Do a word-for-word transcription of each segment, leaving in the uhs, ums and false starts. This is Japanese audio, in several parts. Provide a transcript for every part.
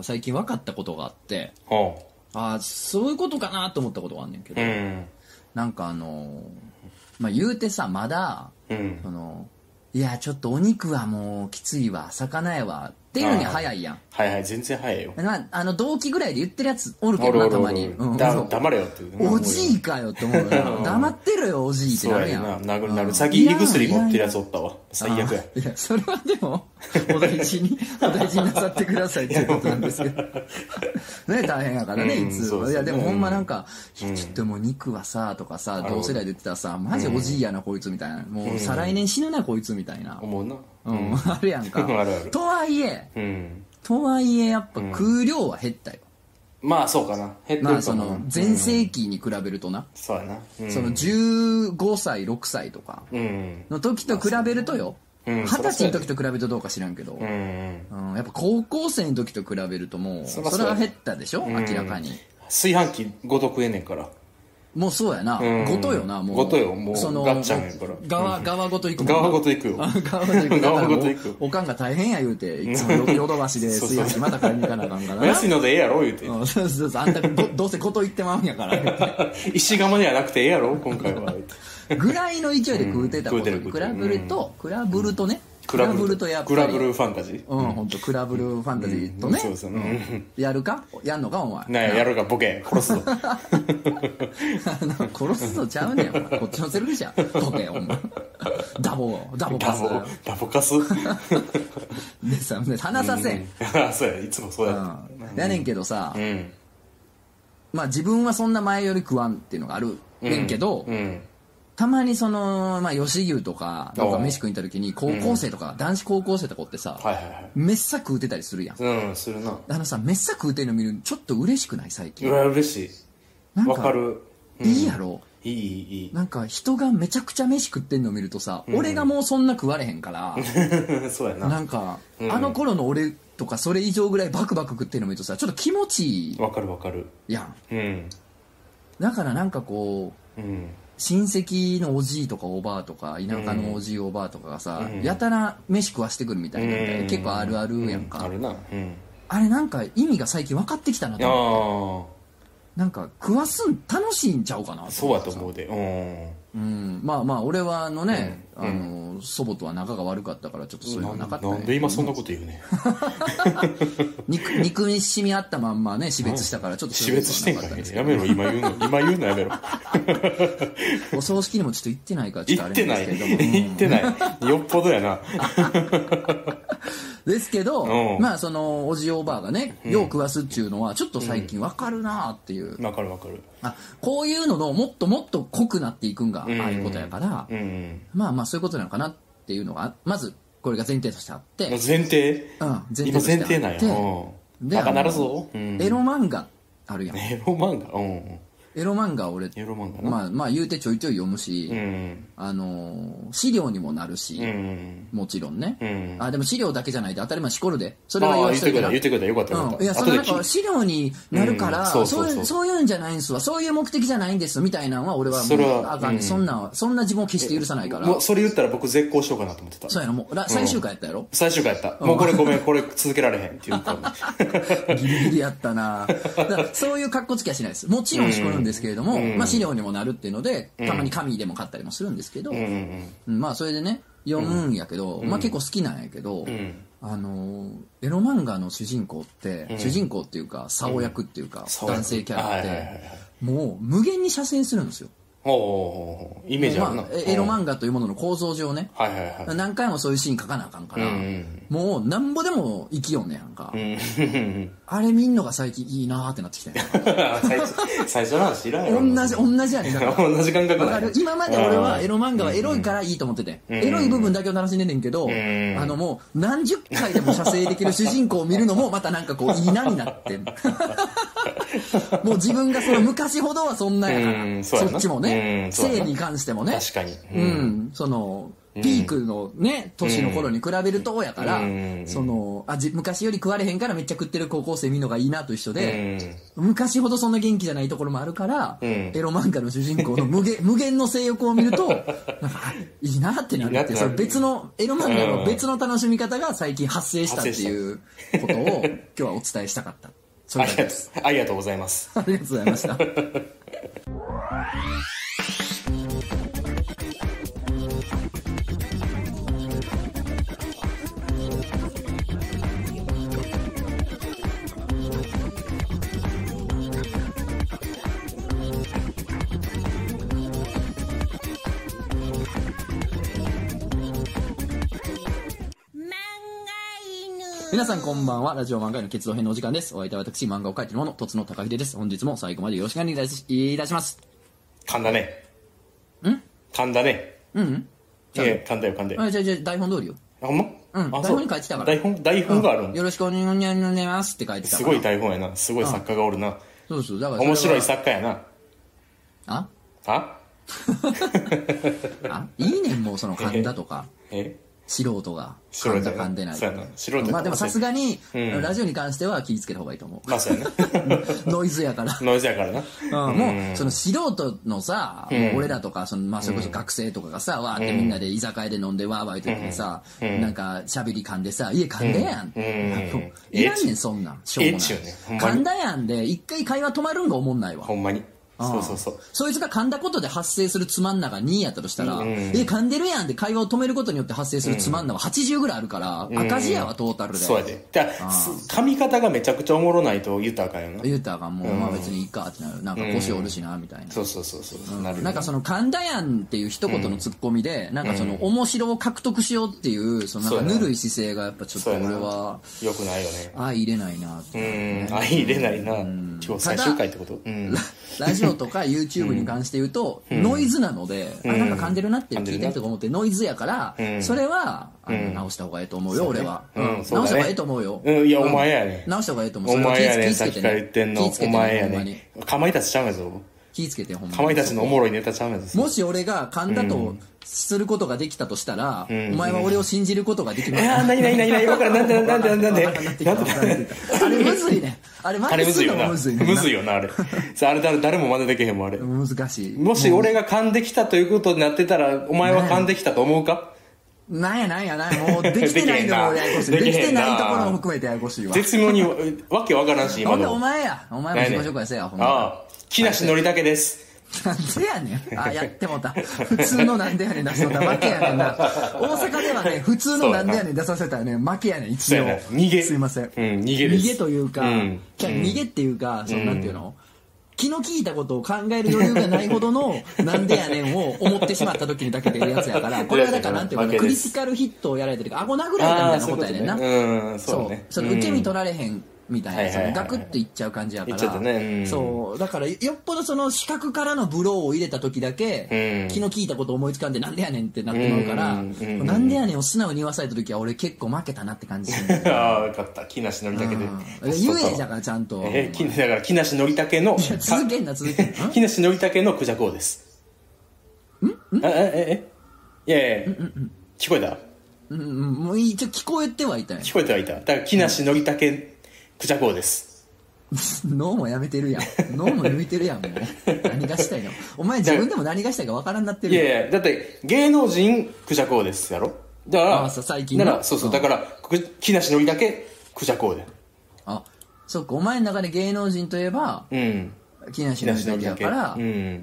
か最近分かったことがあって、 はああそういうことかなと思ったことがあんねんけど、 あ、うん、 なんかあのー、まあ言うてさまだ、 うん、 そのいやちょっとお肉はもうきついわ魚やわっていうのに早いやん。 はいはい、全然早いよ。 まあ、あの同期ぐらいで言ってるやつおるけどなたまに、うん、 だ黙れよっていう、 おじいかよって思うよな黙ってるよおじいってなるやん。 そうやな、殴るなる。先胃薬持ってるやつおったわ。最悪や。 いやそれはでもお大事にお大事になさってくださいっていうことなんですけどね大変やからねいつ、うん、いやでもほんまなんか、うん、いやちょっともう肉はさとかさ同世代で言ってたらさマジおじいやなこいつみたいな、もう再来年死ぬなこいつみたいな思うな、 うん、あるやんかあるある。 とはいえ、 うん、 とはいえやっぱ空量は減ったよ、 うん、まあそうかな、減ってるかまあその全盛期に比べるとな、うん、 そうやな、うん、 そのじゅうごさいろくさいとかの時と比べるとよ、二十歳の時と比べるとどうか知らんけど、うんうん、やっぱ高校生の時と比べるともうそれは減ったでしょ、うん、明らかに。 炊飯器ごと食えねんから。 もうそうやな、うん、ごとよな、もうごとよ、もうそのガッチャンやから側側ごといくもん側ごといくよ側ごといく側ごといく。おかんが大変や言うていつもヨドバシで炊飯器また買いに行かなあかんから安いのでええやろ言うて、 うん、そうそうそう、あんたどうせごといってまうんやから石窯ではなくてええやろ今回はぐらいの勢いで食うてたことに比べると、比べるとね、クラブルとやっぱりクラブルファンタジー、 うん本当クラブルファンタジーとね、そうそう、やるかやんのかお前、 ねえやるかボケ殺すぞ殺すぞちゃうねんこっちのセリフじゃんボケお前ダボダボカスダボカスでさ話させん、 あそうやいつもそうややねんけどさ、まあ自分はそんな前より食わんっていうのがあるねんけど、たまにその、まあ、吉牛とか、なんか飯食いに行った時に、高校生とか、うん、男子高校生とかおってさ、はいはいはい、めっさ食うてたりするやん。 うん、するな。 あのさ、めっさ食うてるの見るのちょっと嬉しくない最近。 うわ、嬉しい。わかる。 うん、いいやろ。 いい、いい。 なんか、人がめちゃくちゃ飯食ってんの見るとさ、うん、俺がもうそんな食われへんから、 そうやな。 なんか、うん、あの頃の俺とかそれ以上ぐらいバクバク食ってるの見るとさ、ちょっと気持ちいい。 わかるわかる。 やん。 うん。 だからなんかこう、うん親戚のおじいとかおばあとか田舎のおじいおばあとかがさ、うん、やたら飯食わしてくるみたいな、うん、結構あるあるやんか、 うん、あるな、うん、 あれなんか意味が最近分かってきたなと思って、なんか食わすん楽しいんちゃうかなとそうやと思うで、 うん、まあまあ俺はあのね、うん、あの祖母とは仲が悪かったからちょっとそういうのなかった、ね、 なんで今そんなこと言うね肉憎みしみあったまんまね死別したからちょっと死別してんかいやめろ今言うの今言うのやめろお葬式にもちょっと行ってないからちょっとあれですけども行ってない、うん、行ってないよっぽどやなですけど、うん、まあそのおじおばあがね、うん、よう食わすっていうのはちょっと最近わかるなっていう、 わ、うん、かるわかる。 あこういうののもっともっと濃くなっていくんが、うん、ああいうことやから、うん、まあまあそういうことなのかなっていうのがまずこれが前提としてあって前提、 うん、前提としてあって、 今前提なんや、うん、でバカなるぞ、うん、 エロ漫画あるやん。 エロ漫画、うんエロ漫画俺エロ漫画な、 まあまあ言うてちょいちょい読むし、うん、あのー、資料にもなるし、うん、もちろんね、うん、あでも資料だけじゃないで当たり前しこるでそれは言わしといてな言ってくれたよかったよかった、うん、 いやそれなんか資料になるから、うん、そうそうそうそういうんじゃないんすわそういう目的じゃないんですみたいなのは俺はもうあかん、うん、そんなそんな自分を決して許さないからもうそれ言ったら僕絶交しようかなと思ってたそうやなもう最終回やったやろ、うん、 最終回やった、うん、もうこれごめんこれ続けられへんって言ったのギリギリやったなだからそういう格好つきはしないですもちろんしこるんですけれども、うんまあ、資料にもなるっていうのでたまに紙でも買ったりもするんですけど、うんうんうん、まあそれでね読むんやけど、うん、まあ結構好きなんやけど、うん、あのエロ漫画の主人公って、うん、主人公っていうか竿役っていうか、うん、男性キャラって、もう無限に射精するんですよ。 おイメージあるな、 まあ、エロ漫画というものの構造上ね、はいはいはい、何回もそういうシーン描かなあかんから、うん、もうなんぼでも生きよんねやんか、うん、あれ見んのが最近いいなーってなってきたよ最初最初の話いらんやろ同じ同じやねんから同じ感覚だ今まで俺はエロ漫画はエロいからいいと思ってて、うん、エロい部分だけを楽しんでんねんけど、うん、あのもう何十回でも射精できる主人公を見るのもまたなんかこういいなになってもう自分がその昔ほどはそんなやから、うん、そっちもね性に関してもね確かに、 うん、うん、そのピークのね、年の頃に比べるとやから、そのあじ昔より食われへんからめっちゃ食ってる高校生見るのがいいなと一緒で、昔ほどそんな元気じゃないところもあるから、エロ漫画の主人公の無限無限の性欲を見るとなんかいいなってなるって、それ別のエロ漫画の別の楽しみ方が最近発生したっていうことを今日はお伝えしたかった。それだけです。 ありがとうございます。 ありがとうございました。皆さんこんばんは。ラジオ漫画への結論編のお時間です。お相手は私、漫画を描いている者、とつの高秀です。本日も最後までよろしくお願いいたします。 噛んだね。 ん噛んだね。 うんうんいや噛んだよ噛んだよ。 あ、じゃあじゃあ台本通りよ。 あ、ほんまうん、台本に書いてたから。 台本台本があるん、 よろしくお願いしますって書いてたから。 すごい台本やな。すごい作家がおるな。 そうそう、だから面白い作家やな。 あああいいねん、もうその噛んだとか。 え素人が噛んだ噛んでない。 そうやな。素人。 まあでもさすがに、ラジオに関しては気をつけた方がいいと思う。 まあそうやな。 ノイズやから。 ノイズやからな。 もう、その素人のさ、俺らとか、その、まあそれこそ学生とかがさ、わーってみんなで居酒屋で飲んでわーわー言う時にさ、なんか喋り噛んでさ、家噛んだやん。いらんねん、そんなん。しょうもない。噛んだやんで、一回会話止まるんがおもんないわ。 ほんまに。そうそうそう。 そいつが噛んだことで発生するつまんながにやったとしたら、うん、え噛んでるやんって会話を止めることによって発生するつまんなははちじゅうぐらいあるから、うん、赤字やわトータルで。 そうやで。だから噛み方がめちゃくちゃおもろないと言ったらあかんよな。 言ったらあかん、もう、うん、まあ別にいいかってなる。なんか腰折るしなみたいな、うん、 そうそうそうそう、うん、なる、ね、 なんかその噛んだやんっていう一言のツッコミで、うん、なんかその面白を獲得しようっていうそのなんかぬるい姿勢がやっぱちょっと俺はよくないよね。 相入れないなって、 ね、うん相入れないな、うん、今日最終回ってこと、うん、 ラジオとか YouTubeに関して言うと、うん、ノイズなので、うん、あなんか噛んでるなって聞いてるとか思ってノイズやから、うん、それはあの、うん、直した方がいいと思うよ、俺は、うんうんね、直した方がいいと思うよ、 うん、いやお前やね、 うん、直した方がいいと思う。 お前やねん、さっきから言ってんのお前やねん。かまいたちちゃうやぞ。 気ぃつけてほんまに。 かまいたちのおもろいネタちゃうやぞ。 もし俺が噛んだとすることができたとしたら、うん、お前は俺を信じることができます。 いやー、なになになになに分からん、なんでなんでなんでなんであれむずいね。あれマジするのがむずいね。 むずいよな、あれ。あれ誰誰も真似できへんもん、あれ。 難しい。 もし俺が噛んできたということになってたら、お前は噛んできたと思うか？ なんやなんやなんや、もうできてないのもややこしい。できてないところも含めてややこしいわ。 絶妙にわけわからんし、今の。 お前や。お前も自己紹介せや、ほんま。 ああ、木梨憲武です。 なんでやねん。あ、やってもた。普通のなんでやねん出すのだ。負けやねんな。大阪ではね、普通のなんでやねん出させたらね、負けやねん、一応。 逃げ。 すいません。 うん、逃げです。 逃げというか、うん、逃げっていうか、そのなんていうの、気の利いたことを考える余裕がないほどのなんでやねんを思ってしまった時にだけ出るやつやから、これはだからなんていうかクリティカルヒットをやられてるか、顎殴られたみたいなことやねんな。 うん、 そう。その受け身取られへんみたいな、そのガクッていっちゃう感じやから、 ね、うん、 そうだからよっぽどその視覚からのブローを入れた時だけ、うん、気の利いたことを思いつかんでなんでやねんってなってまうから、うん、なんでやねんを素直に言わされた時は俺結構負けたなって感じする。 ああよかった、木梨憲武で言えじゃからちゃんと、 えー、だから木梨憲武のいや続けんな続けんな木梨憲武のクジャコウです。 んんえええいやいや、うんうん、聞こえた？ うんうん、もういい、ちょ聞こえてはいたんや。 聞こえてはいた。だから木梨憲武クジャコウです。 脳もやめてるやん。脳も抜いてるやん、もう。何がしたいの？お前自分でも何がしたいか分からんなってるやん。 いやいや、だって芸能人クジャコウですやろ。だから、 あそう最近だからそうそう、だから木梨憲武クジャコウで。 あ、そっか、お前の中で芸能人といえば、うん、木梨憲武やから、うん、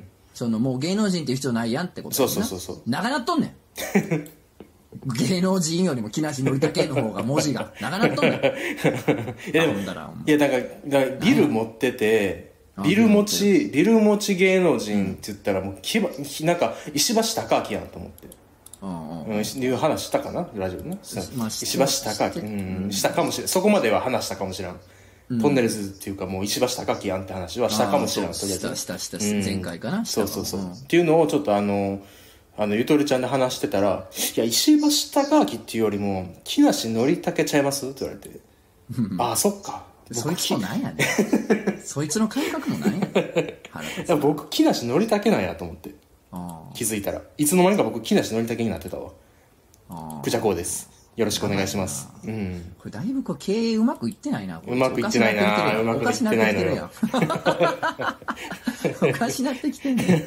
そのもう芸能人っていう必要ないやんってことだな。そうそうそうそう。 長なっとんねん。芸能人よりも木梨憲武の方が文字が長なっとんねん。 いやでもいやだからだからビル持ってて、ビル持ちビル持ち芸能人って言ったらもうきばなんか石橋貴明やんと思って、うんうん、いう話したかなラジオね、まあ、石橋貴明、うん、したかもしれん。そこまでは話したかもしれん。うん、トンネルズっていうかもう石橋貴明やんって話はしたかもしれん。とりあえずしたしたした、うん、前回かな。 そうそうそう、うん、っていうのをちょっとあのあのゆとりちゃんで話してたら、いや石橋貴明っていうよりも木梨憲武ちゃいますって言われて、ああそっか、 そいつもなんやねん。そいつの感覚もなんやねん。 僕木梨憲武なんやと思って、あ気づいたらいつの間にか僕木梨憲武になってたわ。 クジャコウです。よろしくお願いします。うん。 これだいぶこう経営うまくいってないな。 うまくいってないな。うまくいってないのよ。 おかしなってきてんね。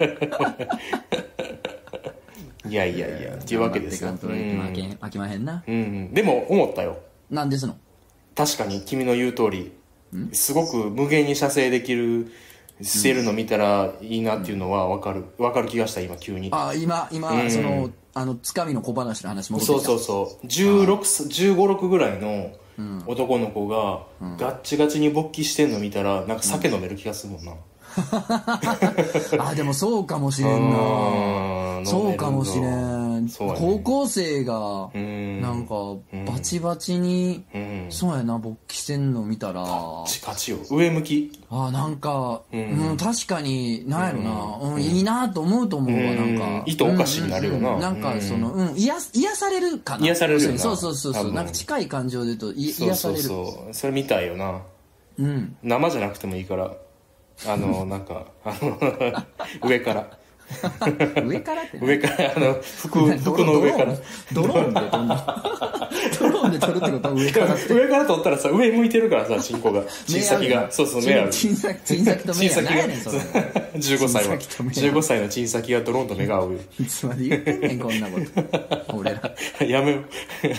いやいやいや、っていうわけですよ。 飽きまへんな。 うん。でも思ったよ。 なんですの？ 確かに君の言う通り、すごく無限に射精できるしてるの見たらいいなっていうのは分かる分かる気がした今急に。 あ今今、うん、そのあのつかみの小話の話もそうそうそうじゅうろく、じゅうご、ろくぐらいの男の子がガッチガチに勃起してんの見たらなんか酒飲める気がするもんな、うんあでもそうかもしれんな。そうかもしれん、ね、高校生がなんかバチバチに、うん、そうやな勃起してんの見たらカチカチよ上向き。 あなんか、うんうん、確かになんやろな、うんうん、いいなと思うと思うわ、うん、なんか意図おかしになるよな、 うんうん、なんかその、うん、癒癒されるかな。 癒されるよな。 そうそうそうそうなんか近い感情で言うと癒される。 そうそうそうそれ見たいよな、うん、生じゃなくてもいいからあのなんかあの上から上からって上からあの服服の上からドローンで撮るドローンで撮るってことは上からって上から撮ったらさ上向いてるからさチンコがチン先がそうそう目あるチン先チン先と目がないねんそれじゅうごさいはじゅうごさいのチン先がドローンと目が合うよ。 いつまで言ってんねんこんなこと俺らやめよう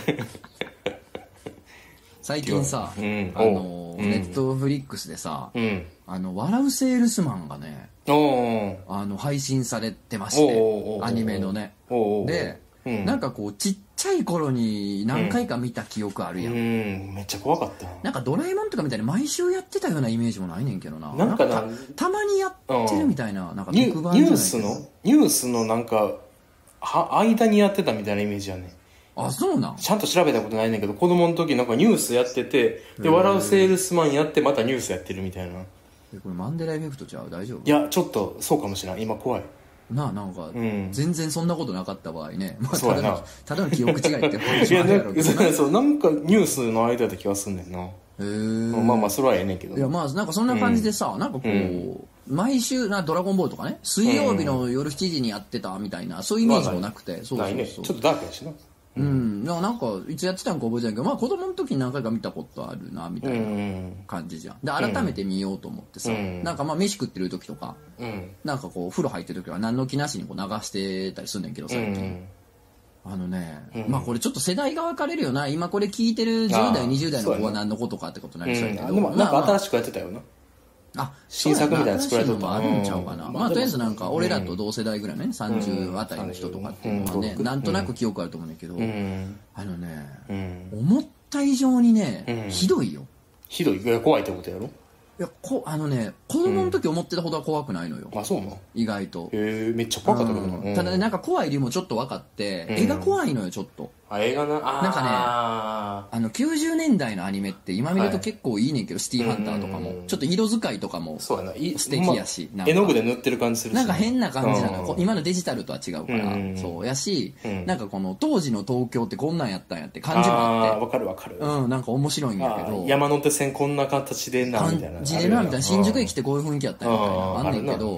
最近さ、うん、あの、うん、ネットフリックスでさ、うん、あの笑うセールスマンがねあの配信されてましてアニメのねで、うん、なんかこうちっちゃい頃に何回か見た記憶あるやん、うんうん、めっちゃ怖かったなんかドラえもんとかみたいに毎週やってたようなイメージもないねんけどな。 なんかななんか た, たまにやってるみたいな、なんか特番じゃないけどニュースのニュースのなんかは間にやってたみたいなイメージやねん。 あ、そうなん。 ちゃんと調べたことないねんけど子供の時なんかニュースやっててで笑うセールスマンやってまたニュースやってるみたいな。 えこれマンデラエフェクトちゃう？大丈夫？ いやちょっとそうかもしれない今怖いなあなんか、うん、全然そんなことなかった場合ね、まあ、 そうやなただの記憶違いって話もあるやろうけどいやそうなんかニュースの間だ気がすんねんな。へえまあまあそれはええねんけどいやまあなんかそんな感じでさ、うん、なんかこう、うん、毎週なドラゴンボールとかね水曜日の夜しちじにやってたみたいな、うん、そういうイメージもなくて、まあ、そうそうそう、ね、ちょっとダークやしなうん、なんかいつやってたんか覚えてないけどまあ子供の時に何回か見たことあるなみたいな感じじゃん。で改めて見ようと思ってさ、うん、なんかまあ飯食ってる時とか、うん、なんかこう風呂入ってる時は何の気なしにこう流してたりするんねんけど最近、うん、あのね、うん、まあこれちょっと世代が分かれるよな。今これ聞いてるじゅう代にじゅう代の子は何のことかってことになりそうやけど、うん、 でもなんか新しくやってたよな。 あ新作みたいな作られてるのもあるんちゃうかな、うん、まあとりあえずなんか俺らと同世代ぐらいね、うん、さんじゅうあたりの人とかっていうのはね、うん、なんとなく記憶あると思うんだけど、うん、あのね、うん、思った以上にね、うん、ひどいよ。 ひどい？いや怖いってことやろ。 いやこあのね子供の時思ってたほどは怖くないのよ、 うん、あそうなの意外と。 へえめっちゃ怖かったけどな、 うん、ただねなんか怖い理由もちょっと分かって、うん、絵が怖いのよちょっと。 あ映画なあなんかねあのきゅうじゅうねんだいのアニメって今見ると結構いいねんけど、はい、シティーハンターとかも、うん、ちょっと色使いとかも素敵やし、 ま、絵の具で塗ってる感じするし、 なんか変な感じなの、うん、今のデジタルとは違うから、うん、そうやし、うん、なんかこの当時の東京ってこんなんやったんやって感じもあってあ分かる分かる、 うん、なんか面白いんやけど山手線こんな形でなみたいな感じでなみたいな新宿駅ってこういう雰囲気やったんやみたいなあんねんけど あ,、うん、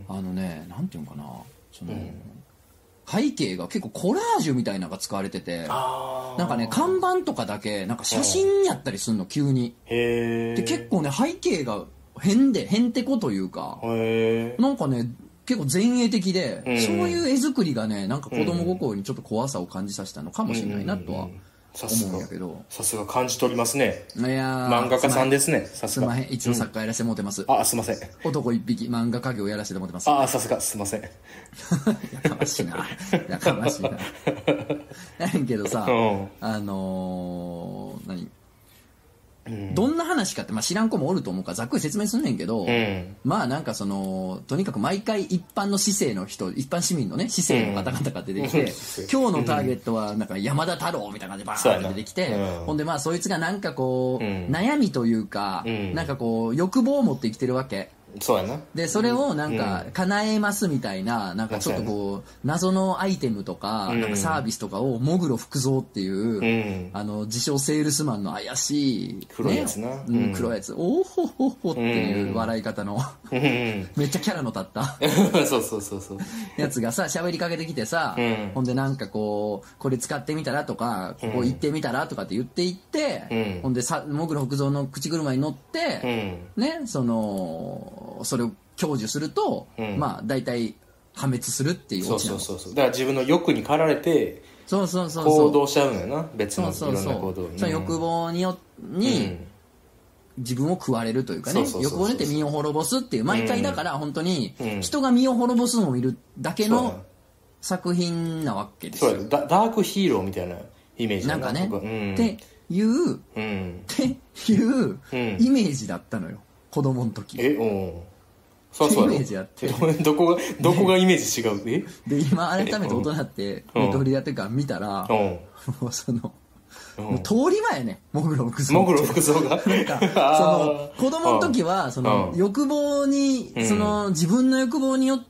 あのねなんていうのかなその、うん背景が結構コラージュみたいなのが使われててなんかね看板とかだけなんか写真やったりすんの急に。へで結構ね背景が変でへんてこというかへなんかね結構前衛的で、うん、そういう絵作りがねなんか子供心にちょっと怖さを感じさせたのかもしれないなとは思うんやけど。 さすが感じ取りますね。 いや漫画家さんですね。さすまへん一応作家やらせてもてます、 うん、あすいません男一匹漫画家業やらせてもてます。 あさすがすいませんやかましいなやかましいなやねんけどさ、うん、あのー、何うん、どんな話かって、まあ、知らん子もおると思うからざっくり説明すんねんけど、うん、まあなんかそのとにかく毎回一般の市政の人一般市民のね市政の方々が出てきて、うん、今日のターゲットはなんか山田太郎みたいな感じでバーッと出てきて、うん、ほんでまあそいつがなんかこう、うん、悩みというか、うん、なんかこう欲望を持って生きてるわけ。 そうやな。 でそれをなんか叶えますみたいな、なんかちょっとこう謎のアイテムとかなんかサービスとかをもぐろ福蔵っていう、うん、あの自称セールスマンの怪しい、ね、 黒いやつな、 うん、黒いやつ、おーほほほっていう笑い方の、うん、めっちゃキャラの立ったそうそうそうそうやつがさ喋りかけてきてさ、うん、ほんでなんかこうこれ使ってみたらとかここ行ってみたらとかって言っていって、うん、ほんでさもぐろ福蔵の口車に乗って、うん、ねそのそれを享受すると、うん、まあ大体破滅するっていうオチなの。 そうそうそうそう。だから自分の欲に駆られてそうそうそう行動しちゃうんだよな、別のいろんな行動に。 その欲望によに、うん、自分を食われるというかね、欲望によって身を滅ぼすっていう毎回だから本当に人が身を滅ぼすのを見るだけの作品なわけですよ。 そうダダークヒーローみたいなイメージなんかね、うん、っていう、うん、っていうイメージだったのよ。子供の時。 え、うん。そうそう。イメージあって。どこが、どこがイメージ違うえで、今改めて大人って見取りやってから見たら、もうその、もう通り魔やね、もぐろ福蔵。 もぐろ福蔵が。 なんか、その、子供の時は、その、欲望に、その、自分の欲望によって、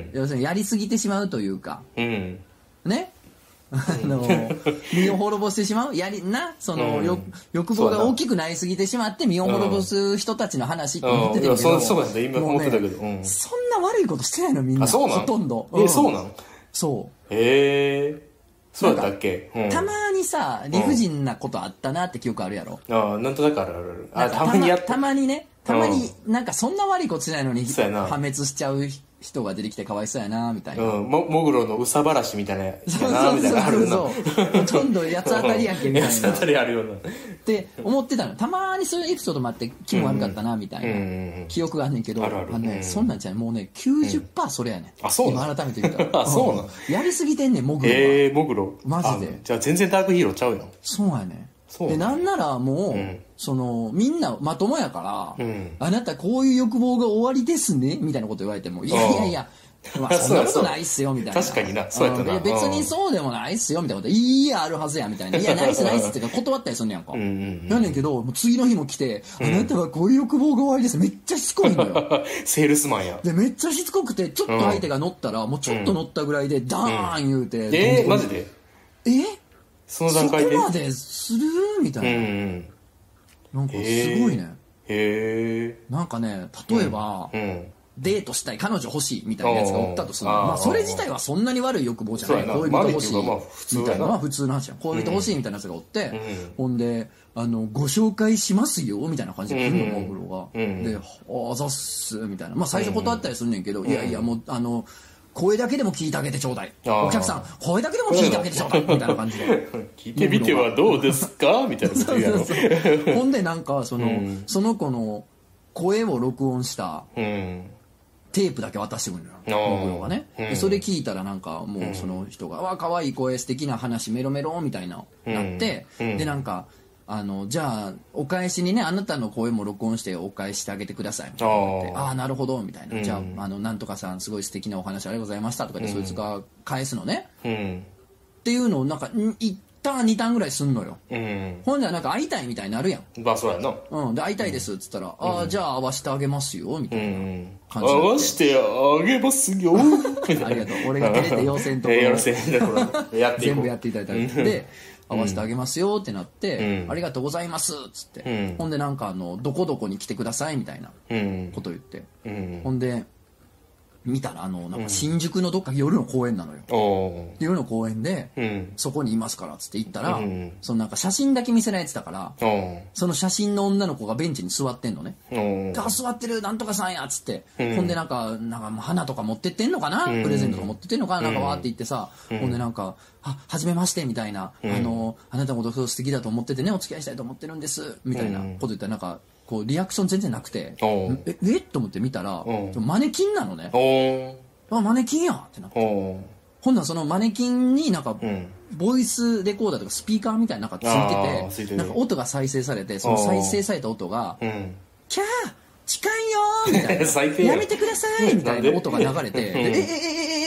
要するにやりすぎてしまうというか、ねあの身を滅ぼしてしまうやりなその、うん、欲望が大きくなりすぎてしまって身を滅ぼす人たちの話って言ってたけど、 そうそうなんだ今思ってたけど、 うん、そんな悪いことしてないのみんなほとんど。 え、うん、そうなの？ そうへえそうだっけ、 うん、たまにさ理不尽なことあったなって記憶あるやろ。 ああなんとなくあるあるある。 たまにやったたまにねたまになんかそんな悪いことしないのに破滅しちゃう人が出てきてかわいそうやなみたいな、 うん、ももぐろのうさばらしみたいなやなみたいなあるな。ほとんど八つ当たりやけみたいな八つ当たりあるようなって思ってたの。たまにそういうエピソードもあって気も悪かったなみたいな記憶があんねんけど、あるあるあのね、うん、そんなんじゃないもうね きゅうじゅっパーセント それやねん、うん、 あそうな今改めて見たらあそうなんやりすぎてんねんもぐろが。 えー、もぐろマジで。 じゃあ全然ダークヒーローちゃうよ。 そうやねん。でなんならもう、うん、そのみんなまともやから、うん、あなたこういう欲望が終わりですねみたいなこと言われてもいやいやいやまあそんなことないっすよみたいな。 確かになそうやったな。 別にそうでもないっすよみたいなこといやあるはずやみたいな。いやないっすないっすって断ったりすんねやんか。やねんけどもう次の日も来て、うん、あなたはこういう欲望が終わりですめっちゃしつこいのよセールスマンや。 でめっちゃしつこくてちょっと相手が乗ったら、うん、もうちょっと乗ったぐらいでダーン言うて、うん、 えー、マジでえその段階でそこまでするみたいな、うんうん、なんかすごいね。 へえ。 なんかね例えば、うんうんデートしたい彼女欲しいみたいなやつがおったとする。まあそれ自体はそんなに悪い欲望じゃない。恋人欲しいみたいなのは普通の話やん。恋人欲しいみたいなやつがおって、うん、ほんであのご紹介しますよみたいな感じで来るのもぐろが、うん、であざっすみたいな。まあ最初断ったりすんねんけど、うん、いやいやもうあの声だけでも聞いてあげてちょうだい、お客さん声だけでも聞いてあげてちょうだいみたいな感じで聞いてみてはどうですかみたいなこと言うやろ。そうそうそうほんでなんかその、うん、その子の声を録音した、うんテープだけ渡してくるのよもぐろがね、うん、でそれ聞いたらなんかもうその人が「わ可愛い声素敵な話メロメロ」みたいななって、うん、でなんかあのじゃあお返しにねあなたの声も録音してお返ししてあげてくださいみたいなってああなるほどみたいな、うん、じゃああのなんとかさんすごい素敵なお話ありがとうございましたとかで、うん、そいつが返すのね、うん、っていうのをなんか一旦にターンぐらいすんのよ、うん、ほんじゃなんか会いたいみたいになるやん。 まあそうやな、 うん、で会いたいですっつったら、うん、ああじゃあ会わしてあげますよみたいな感じで、 会わしてあげますよありがとう俺が照れて要請のところ要請のところやっていこう全部やっていただいたで会わせてあげますよってなって、うん、ありがとうございますっつって、うん、ほんでなんかあのどこどこに来てくださいみたいなこと言って、うん、ほんで見たらあのなんか新宿のどっか夜の公園なのよ、うん、夜の公園で、うん、そこにいますからっつって行ったら、うん、そのなんか写真だけ見せられてたから、うん、その写真の女の子がベンチに座ってんのね、うん、あ座ってるなんとかさんやっつって、うん、ほんでなんかなんか花とか持ってってんのかな、うん、プレゼントとか持ってってんのかな、うん、なんかわーって言ってさ、うん、ほんでなんかあ初めましてみたいな、うん、あのあなたのこと素敵だと思っててねお付き合いしたいと思ってるんですみたいなこと言ったらなんかこうリアクション全然なくてええっと思って見たらマネキンなのね。あマネキンやってなって、ほんならそのマネキンになんか、うん、ボイスレコーダーとかスピーカーみたいなのがついててなんか音が再生されてその再生された音が「キャー近いよ」みたいな「やめてください」みたいな音が流れて「ええええええ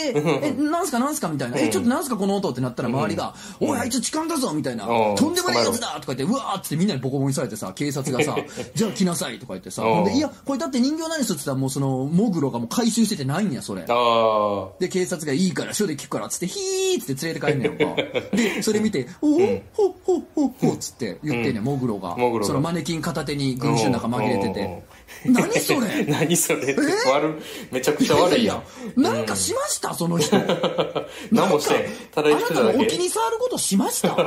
で、え、なんすかなんすかみたいな、え、ちょっとなんすかこの音ってなったら周りが、おい、あいつ痴漢だぞみたいな、とんでもないやつだとか言って、うわーってみんなにボコボコにされてさ、警察がさ、じゃあ来なさいとか言ってさ、ほんで、いや、これだって人形何すって言ったらもうその、モグロがもう回収しててないんや、それ。で、警察がいいから、署で聞くから、つって、ヒーって連れて帰んねんか。で、それ見て、おー、ほっほっほっほっつって言ってんねん、モグロが。そのマネキン片手に群衆の中紛れてて。何それ何それ悪めちゃくちゃ悪いやん。なんかしましたその人。 何もしてただ言ってただけ。 あなたのお気に障ることしましたい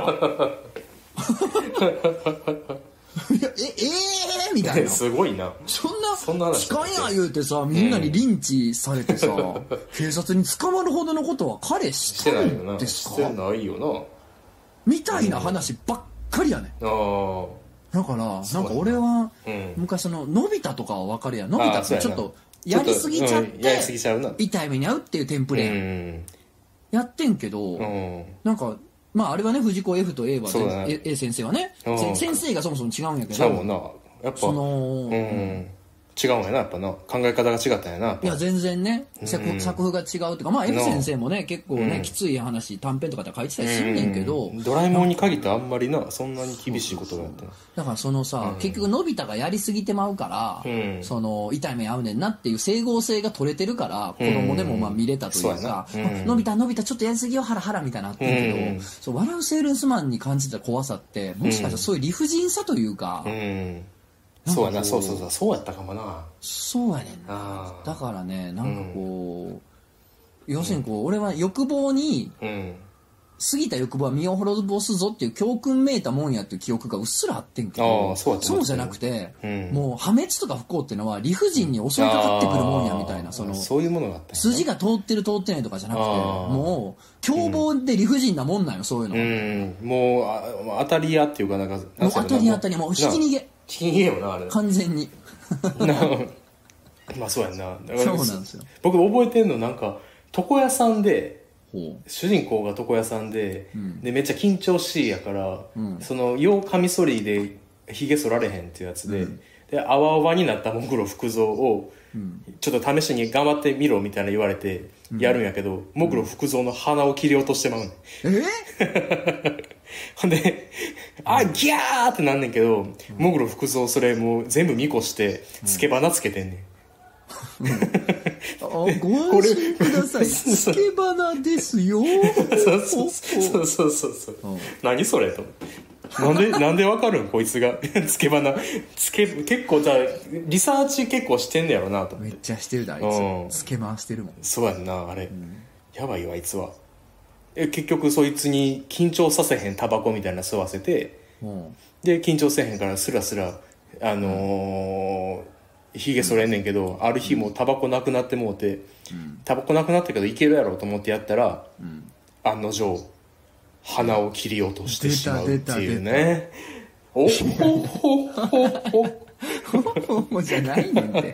やええー、みたいな。 すごいな。 そんなそんな痴漢や言うてさ、みんなにリンチされてさ、うん、警察に捕まるほどのことは彼したんですか。 してないよなみたいな話ばっかりやね、うん、ああだからなんか俺は昔ののび太とかは分かるやん。のび太ってちょっとやりすぎちゃって痛い目に遭うっていうテンプレやってんけど、なんかまああれはね藤子 F と A は A 先生はね先生がそもそも違うんやけど、 違うもんなやっぱその違うんやなやっぱな考え方が違ったんやな。 いや全然ね 作,、うん、作風が違うっていうかまあ F 先生もね結構ね、うん、きつい話短編とかで書いてたりすんねんけど、 うん、ドラえもんに限ってあんまりなそんなに厳しいことがあっただからそのさ、うん、結局のび太がやりすぎてまうから、うん、その痛い目合うねんなっていう整合性が取れてるから子供でもまあ見れたというか、うん、のび太のび太ちょっとやりすぎよハラハラみたいなのあってんけど、うん、そう笑うセールスマンに感じた怖さってもしかしたらそういう理不尽さというか、うんうんそうやなそうそうそうそうやったかもな。 そうやねんな。だからねなんかこう、うん、要するにこう、うん、俺は欲望に、うん、過ぎた欲望は身を滅ぼすぞっていう教訓めいたもんやっていう記憶がうっすらあってんけど、そうそうじゃなくて、うん、もう破滅とか不幸っていうのは理不尽に襲いかかってくるもんやみたいな、そのそういうものがあった、ね、 筋が通ってる通ってないとかじゃなくてもう凶暴で理不尽なもんなんよそういうの、 うん、もうあ当たり屋っていうかなんかもう当たり屋当たり屋もう引き逃げ引き逃げよなあれ完全にまあそうやんな。だからそうなんですよ。 僕覚えてんのなんか床屋さんで主人公が床屋さんで、うん、でめっちゃ緊張しいやから、うん、そのようカミソリでひげ剃られへんっていうやつで、うん、であわあわになったモグロ福蔵を、うん、ちょっと試しに頑張ってみろみたいな言われてやるんやけど、うん、モグロ福蔵の鼻を切り落としてまうねん。 えほんであギャーってなんねんけど、モグロ福蔵それもう全部見越してつけ花つけてんねん。 うん、あご安心くださいつけ花ですよそうそうそうそうそうそう、うん、何それとなんでなんでわかるんこいつがつけ花つけ結構じゃあリサーチ結構してんねやろなと思って。 めっちゃしてるだあいつ、うん、つけ回してるもん。 そうやんなあれ、うん、やばいよあいつは。え結局そいつに緊張させへんタバコみたいな吸わせて、うん、で緊張せへんからスラスラあのーひげ剃れんねんけど、うん、ある日もタバコなくなってもうて、うん、タバコなくなったけどいけるやろと思ってやったら、うん、案の定鼻を切り落としてしまうっていうね。おほほほほほじゃないねんて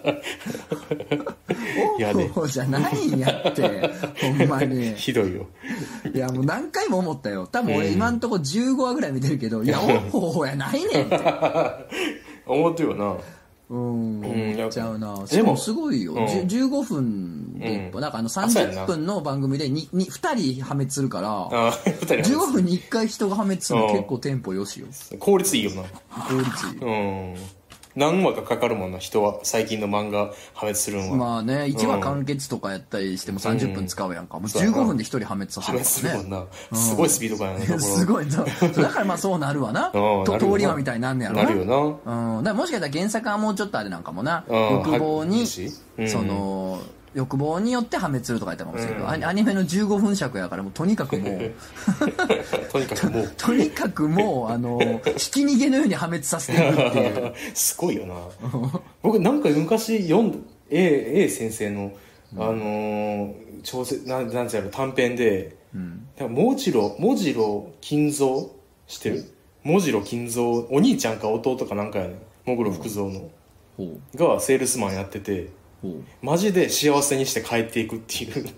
おほほじゃないんやってほんまにひどいよ。 いやもう何回も思ったよ。多分俺今んとこじゅうごわぐらい見てるけど、うん、いやおほほやないねんって思ってるよな。 うん思っちゃうな。でもすごいよ、うん、じゅうごふんでいっぽん、うん、なんかあのさんじゅっぷんの番組で 2, 2, ふたり破滅するからじゅうごふんにいっかい人が破滅するの結構テンポよしよ。 効率いいよな。 効率いい、 うん何話かかかるもんな人は最近の漫画破滅するのは。 まあねいちわ完結とかやったりしてもさんじゅっぷん使うやんか、うん、もうじゅうごふんでひとり破滅させるからね。 破滅するもんな、うん、すごいスピード感やねすごいだからまあそうなるわなと通り魔みたいになんねやろな。 なるよな、 うん、だからもしかしたら原作はもうちょっとあれなんかもな、欲望に、うん、その欲望によって破滅するとか言ったかもしれないけど、うん、アニメのじゅうごふん尺やからもうとにかくもうとにかくもうとにかくもうあの引き逃げのように破滅させていくっていうすごいよな僕なんか昔読んだ A, A 先生の、うん、あのー、小説なんなんてやろ短編で、うん、もじろもじろ金蔵知ってる、うん、もじろ金蔵お兄ちゃんか弟かなんかやねんもぐろ福蔵の、うん、がセールスマンやっててマジで幸せにして帰っていくっていう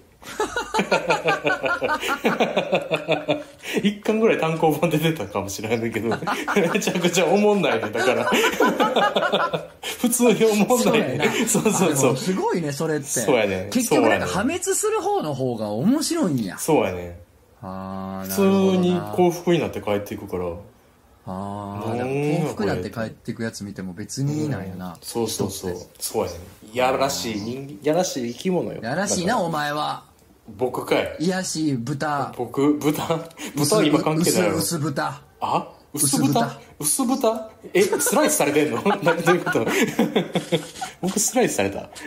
一巻ぐらい単行本で出たかもしれないけどめちゃくちゃおもんないねだから普通に思うんだよね。そうそうそう。 すごいね、それって。 そうやね。 結局なんか破滅する方の方が面白いんや。 そうやね。 あ普通に幸福になって帰っていくから。 ああ、幸福になって帰っていくやつ見ても別にいいなんやな。 そうそうそう。そうやね。やらしい人間、やらしい生き物よ。 やらしいな、お前は。 僕かい。 いやしい豚。 僕、豚豚は今関係ないやろ。 薄豚。 あ薄豚薄豚え、スライスされてんの何どういうこと僕スライスされた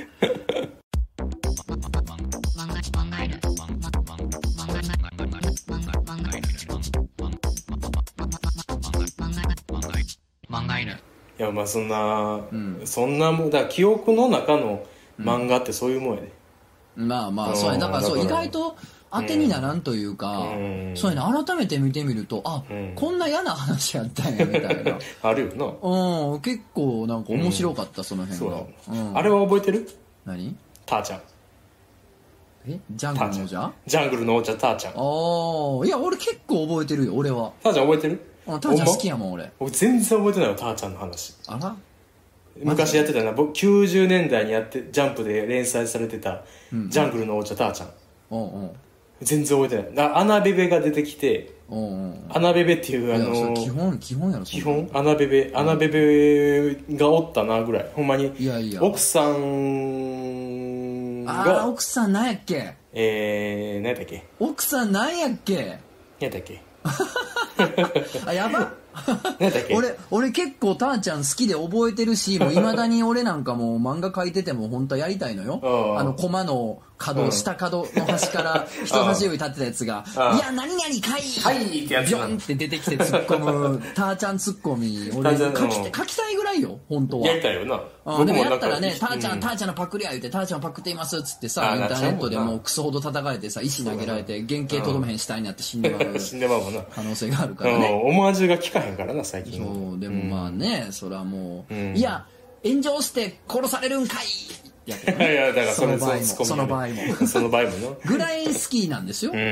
いやまあそんな、うん、そんなもんだ記憶の中の漫画ってそういうもんやで、 うん、まあまあそうやだからそう意外と当てにならんというか、うん、そうやね改めて見てみるとあ、うん、こんな嫌な話やったんやみたいなあるよなうん結構なんか面白かった、うん、その辺が、 うん、あれは覚えてる何ターちゃんえジャングルの王者ジャングルの王者ターちゃんああいや俺結構覚えてるよ俺はターちゃん覚えてるターちゃん好きやもん俺僕全然覚えてないよターちゃんの話あら昔やってたな僕きゅうじゅうねんだいにやってジャンプで連載されてた、うん、ジャングルの王者ターちゃんおうおう全然覚えてないだアナベベが出てきておうおうアナベベっていうあのー、 基本基本やろ基本アナベベアナベベがおったなぐらいほんまにいやいや奥さんがああ奥さんなんやっけえー何やったっけ奥さんなんやっけ何やったっけあやば俺俺結構ターちゃん好きで覚えてるしいまだに俺なんかもう漫画描いてても本当はやりたいのよあのコマの角、うん、下角の端から人差し指立ってたやつが「いや何々かい!」 はいってやつビョンって出てきて突っ込むターちゃんツッコミ俺書き書きたいぐらいよ本当はやりたいよなあでもやったらね「ターちゃんターちゃんのパクリや」言うて「ターちゃんパクっています」っつってさインターネットでもうクソほど叩かれてさ石投げられて原型とどめへん死体になって死んでまう死んでまうもんな可能性があるからねオマージュが効かへんからな最近そうでもまあねそれはもういや炎上して殺されるんかいやってね、 いやだからそれその場合もその場合ものぐらい好きなんですよ。うん。うん、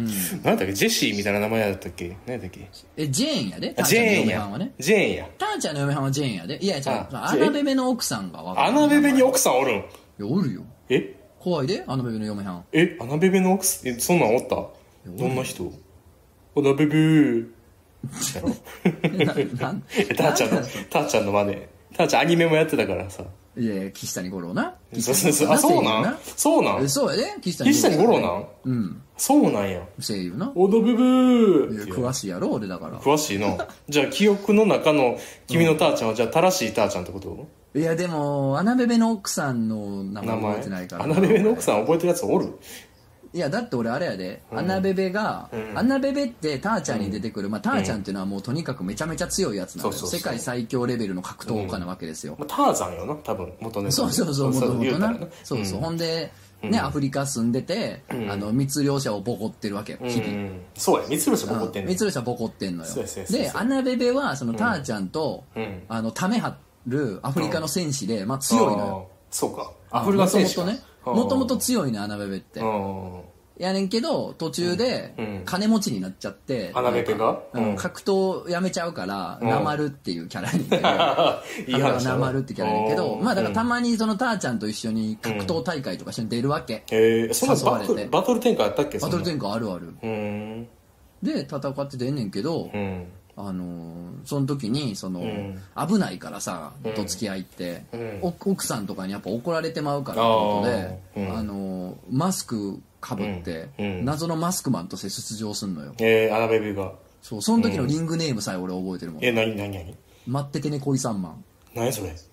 なんだっけジェシーみたいな名前だったっけ何だっけえジェーンやで。ターちゃんの嫁はんはね。 ジェーンや。 ターちゃんの嫁はんはジェーンやで。いやじゃあアナベベの奥さんが分かる。 アナベベに奥さんおるん？いやおるよ。 え？ 怖いでアナベベの嫁はん。 えアナベベの奥さんえそんなんおった？どんな人？アナベベー。やろ。 なんえターちゃんのターちゃんの真似。ターちゃんアニメもやってたからさ。 いや岸谷五郎な。 そうそうそう。あ、そうなんそうなんそうやで岸谷五郎なん。 うん。 そうなんや。 声優な。 オドブブー。 詳しいやろ俺だから。 詳しいな。じゃあ記憶の中の君のターちゃんはじゃあ正しいターちゃんってこと？ いやでもアナベベの奥さんの名前覚えてないから。 アナベベの奥さん覚えてるやつおる？ いやだって俺あれやで、うん、アナベベが、うん、アナベベってターちゃんに出てくる、まあ、ターちゃんっていうのはもうとにかくめちゃめちゃ強いやつなんだよ世界最強レベルの格闘家なわけですよ、 うん、ターザンよな多分元ねそうそうそう元々なそうそう、うん、ほんでね、アフリカ住んでて、うん、あの密猟者をボコってるわけよ日々、うん、 そうや密猟者ボコってんの密猟者ボコってんのよでアナベベはそのターちゃんと、うん、あのため張るアフリカの戦士で、まあ、強いのよそうかアフリカ戦士かもともと強いねアナベベってやねんけど途中で金持ちになっちゃってアナベベが、 うん、格闘やめちゃうからナマルっていうキャラにいい話ナマルってキャラやけどまあだからたまにそのターちゃんと一緒に格闘大会とか一緒に出るわけ、 うん、へえそんなバトルバトル展開あったっけバトル展開あるあるうんで戦って出んねんけど、うんあのー、その時にその、うん、危ないからさと付き合いって、うん、奥さんとかにやっぱ怒られてまうからってことで、うん、あのー、マスクかぶって、うんうん、謎のマスクマンとして出場すんのよえー、アナベベがそうその時のリングネームさえ俺覚えてるもん、 え何何何待っててね恋三万何それ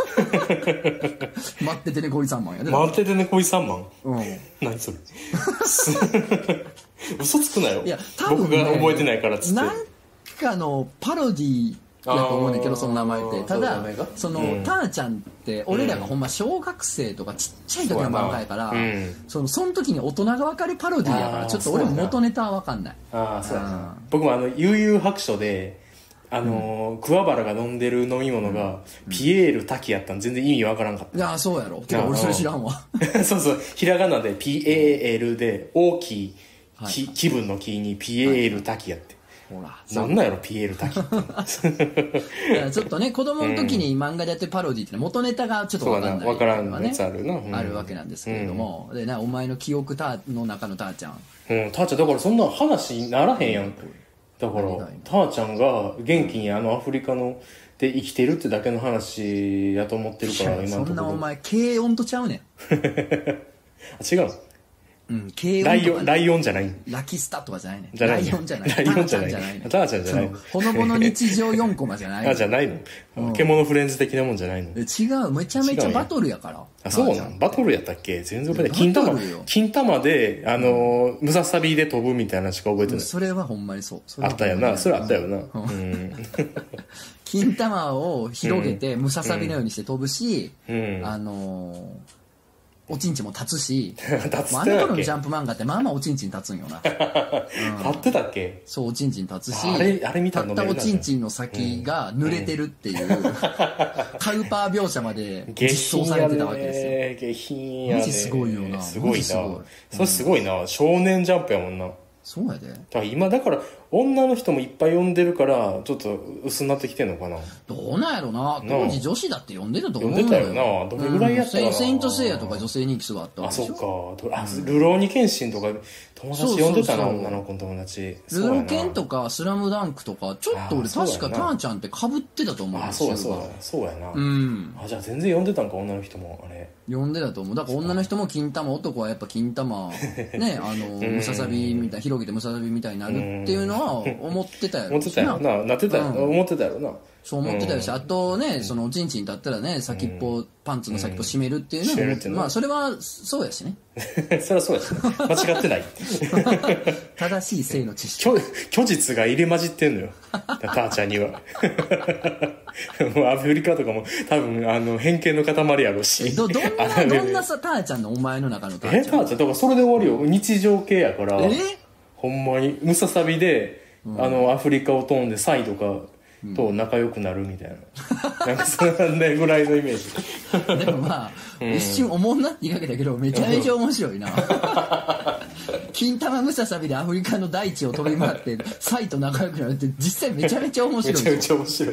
待っててね恋三万やで待っててね恋三万うん何それ嘘つくなよいや多分、ね、 僕が覚えてないからっつってなんかのパロディやと思うんだけどその名前ってただその、うん、ターちゃんって俺らがほんま小学生とかちっちゃい時の漫画やから、うん、そのその時に大人が分かるパロディやからちょっと俺も元ネタは分かんないああそうやな僕もあの悠々白書であのーうん、桑原が飲んでる飲み物が、うん、ピエール滝やったん全然意味わからんかったいやそうやろてか俺それ知らんわそうそうひらがなでピエールで大きい、はい、気分の気にピエール滝やってほらなんなんやろ ピーエル 滝ってちょっとね子供の時に漫画でやってるパロディって元ネタがちょっと分かんない分からんやつあるな、うん、 あるわけなんですけれども、うん、でなお前の記憶たの中のたーちゃん、 うん、たーちゃんだからそんな話にならへんやん、だからたーちゃんが元気にあのアフリカので生きてるってだけの話やと思ってるから今のところ。 そんなお前軽音とちゃうねん違う、 うん、軽音ライオン、ライオンじゃない。 ラキスタとかじゃないね。 じゃない。 ライオンじゃない。 ライオンじゃない。ターちゃんじゃない。 ほのぼの日常よんコマじゃない。 あ、じゃないの。獣フレンズ的なもんじゃないの。 違う、めちゃめちゃバトルやから。 あ、そうなの。バトルやったっけ？全然覚えてない。金玉、金玉で、あの、ムササビで飛ぶみたいなしか覚えてない。 それはほんまにそう。 あったよな。それあったよな。うん。 金玉を広げて、ムササビのようにして飛ぶし、あの、おちんちんも立つし立つあの頃のジャンプ漫画ってまあまあおちんちん立つんよな、 うん、立ってたっけ。 そうおちんちん立つしあれあれ見たの立ったおちんちんの先が濡れてるっていう、うん、カウパー描写まで実装されてたわけですよ。 下品やね。 マジすごいよな。 すごいな。それすごいな、うん、少年ジャンプやもんな。 そうやで。 だから今だから女の人もいっぱい読んでるからちょっと薄なってきてんのかな。 どうなんやろな。当時女子だって読んでたと思うよ。 読んでたよな。どれぐらいやったかな、 うん、セイントセイヤとか女性人気すごいあったわけでしょ。 あ、そうか。あ、ルローニケンシンとか友達読んでたな。女の子の友達。 ルロケンとかスラムダンクとかちょっと俺確かターちゃんって被ってたと思うんですよ。あ、そうやそうやそうやな、 うん、 あ、じゃあ全然読んでたんか女の人も。あれ読んでたと思う。だから女の人も金玉、男はやっぱ金玉ね、あのムササビみたい広げてムササビみたいになるっていうのは思ってたよ。 思ってたよな。なってたよ、うん、思ってたよな。 そう思ってたよし、あとね、そのおちんちんだったらね、先っぽ、パンツの先っぽ締めるっていうのも、まあそれはそうやしね。 それはそうやし、ね、間違ってない正しい性の知識。 虚実が入れ混じってんのよターちゃんにはもうアフリカとかも多分あの偏見の塊やろうし。 どどんなどんなさターちゃんのお前の中のターちゃん。 えターちゃんだからそれで終わるよ。日常系やから。 えほんまにムササビで、うん、あのアフリカを飛んでサイとかと仲良くなるみたいな、うん、なんかそんなぐらいのイメージでもまあ、うん、一瞬おもんなって言いかけたけどめちゃめちゃ面白いな金玉ムササビでアフリカの大地を飛び回ってサイと仲良くなるって実際めちゃめちゃ面白い。 めちゃめちゃ面白い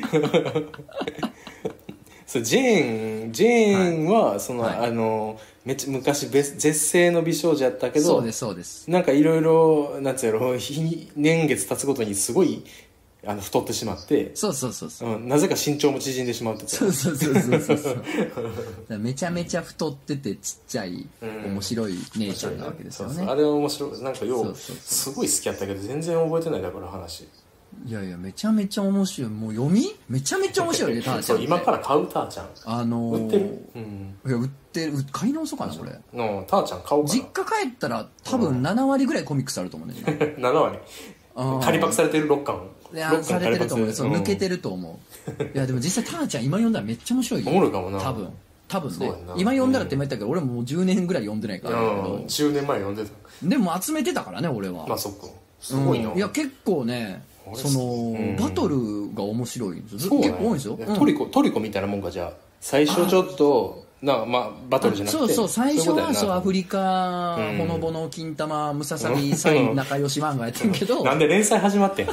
そうジェーンジェーンは、はい、その、はい、あのめち昔絶世の美少女やったけど、 そうですそうです。 なんかいろいろなんつうやろ年月経つごとにすごいあの太ってしまって、 そうそうそうそう、 うん、なぜか身長も縮んでしまうって。 そうそうそうそうそうそうめちゃめちゃ太っててちっちゃい、うん、面白い姉ちゃんなわけですよね。そうそう、 あれは面白い。なんかようすごい好きやったけど全然覚えてない。だから話いやいやめちゃめちゃ面白い。もう読みめちゃめちゃ面白いねターちゃん。 そう今から買うターちゃんあのー、 売ってる、うん、 いや売ってる。買い直そうかなこれ。 のターちゃん買おうかな。 実家帰ったら多分ななわりぐらいコミックスあると思うんだよねななわり仮パクされてるろっかん。 いやされてると思う。そう、抜けてると思ういやでも実際ターちゃん今読んだらめっちゃ面白いよ。 おもろいかもな多分多分ね。今読んだらって言ったけど、うん、俺ももうじゅうねんぐらい読んでないからだけど、 じゅうねんまえ読んでた。 でも集めてたからね俺は。 まあそっかすごいな、 うん、いや結構ねその、うん、バトルが面白いんですよ。結構多いんですよ。 トリコトリコみたいなもんか。じゃあ最初ちょっとなまあバトルじゃなくて、 そうそう最初はそうアフリカ、うん、ほのぼの金玉ムササビサイ仲良し漫画やってんけどなんで連載始まってん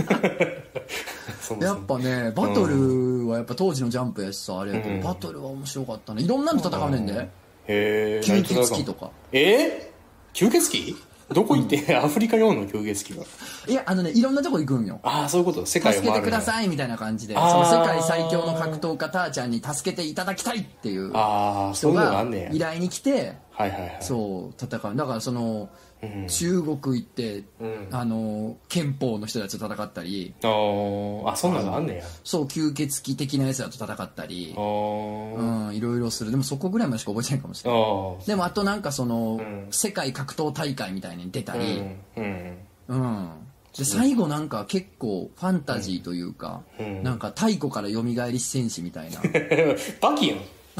やっぱねバトルはやっぱ当時のジャンプやしさあれやけど、うん、バトルは面白かったね。いろんなの戦うねんで、うん、へえ吸血鬼とか。 えー、吸血鬼どこ行って、うん、アフリカ用の吸血鬼が。 いやあのねいろんなとこ行くんよ。 ああそういうこと。世界を回る。 助けてくださいみたいな感じで、その世界最強の格闘家ターちゃんに助けていただきたいっていう人が依頼に来て、 はいはいはい、 そう戦う。だからその、うん、中国行って、うん、あの憲法の人たちと戦ったり、 ああそんなのあんねや。 そう吸血鬼的なやつらと戦ったり、うん、いろいろする。でもそこぐらいまでしか覚えてないかもしれない。でもあとなんかその、うん、世界格闘大会みたいに出たり、うん、うんうん、で最後なんか結構ファンタジーというか、うん、なんか太古から蘇り戦士みたいなバキやん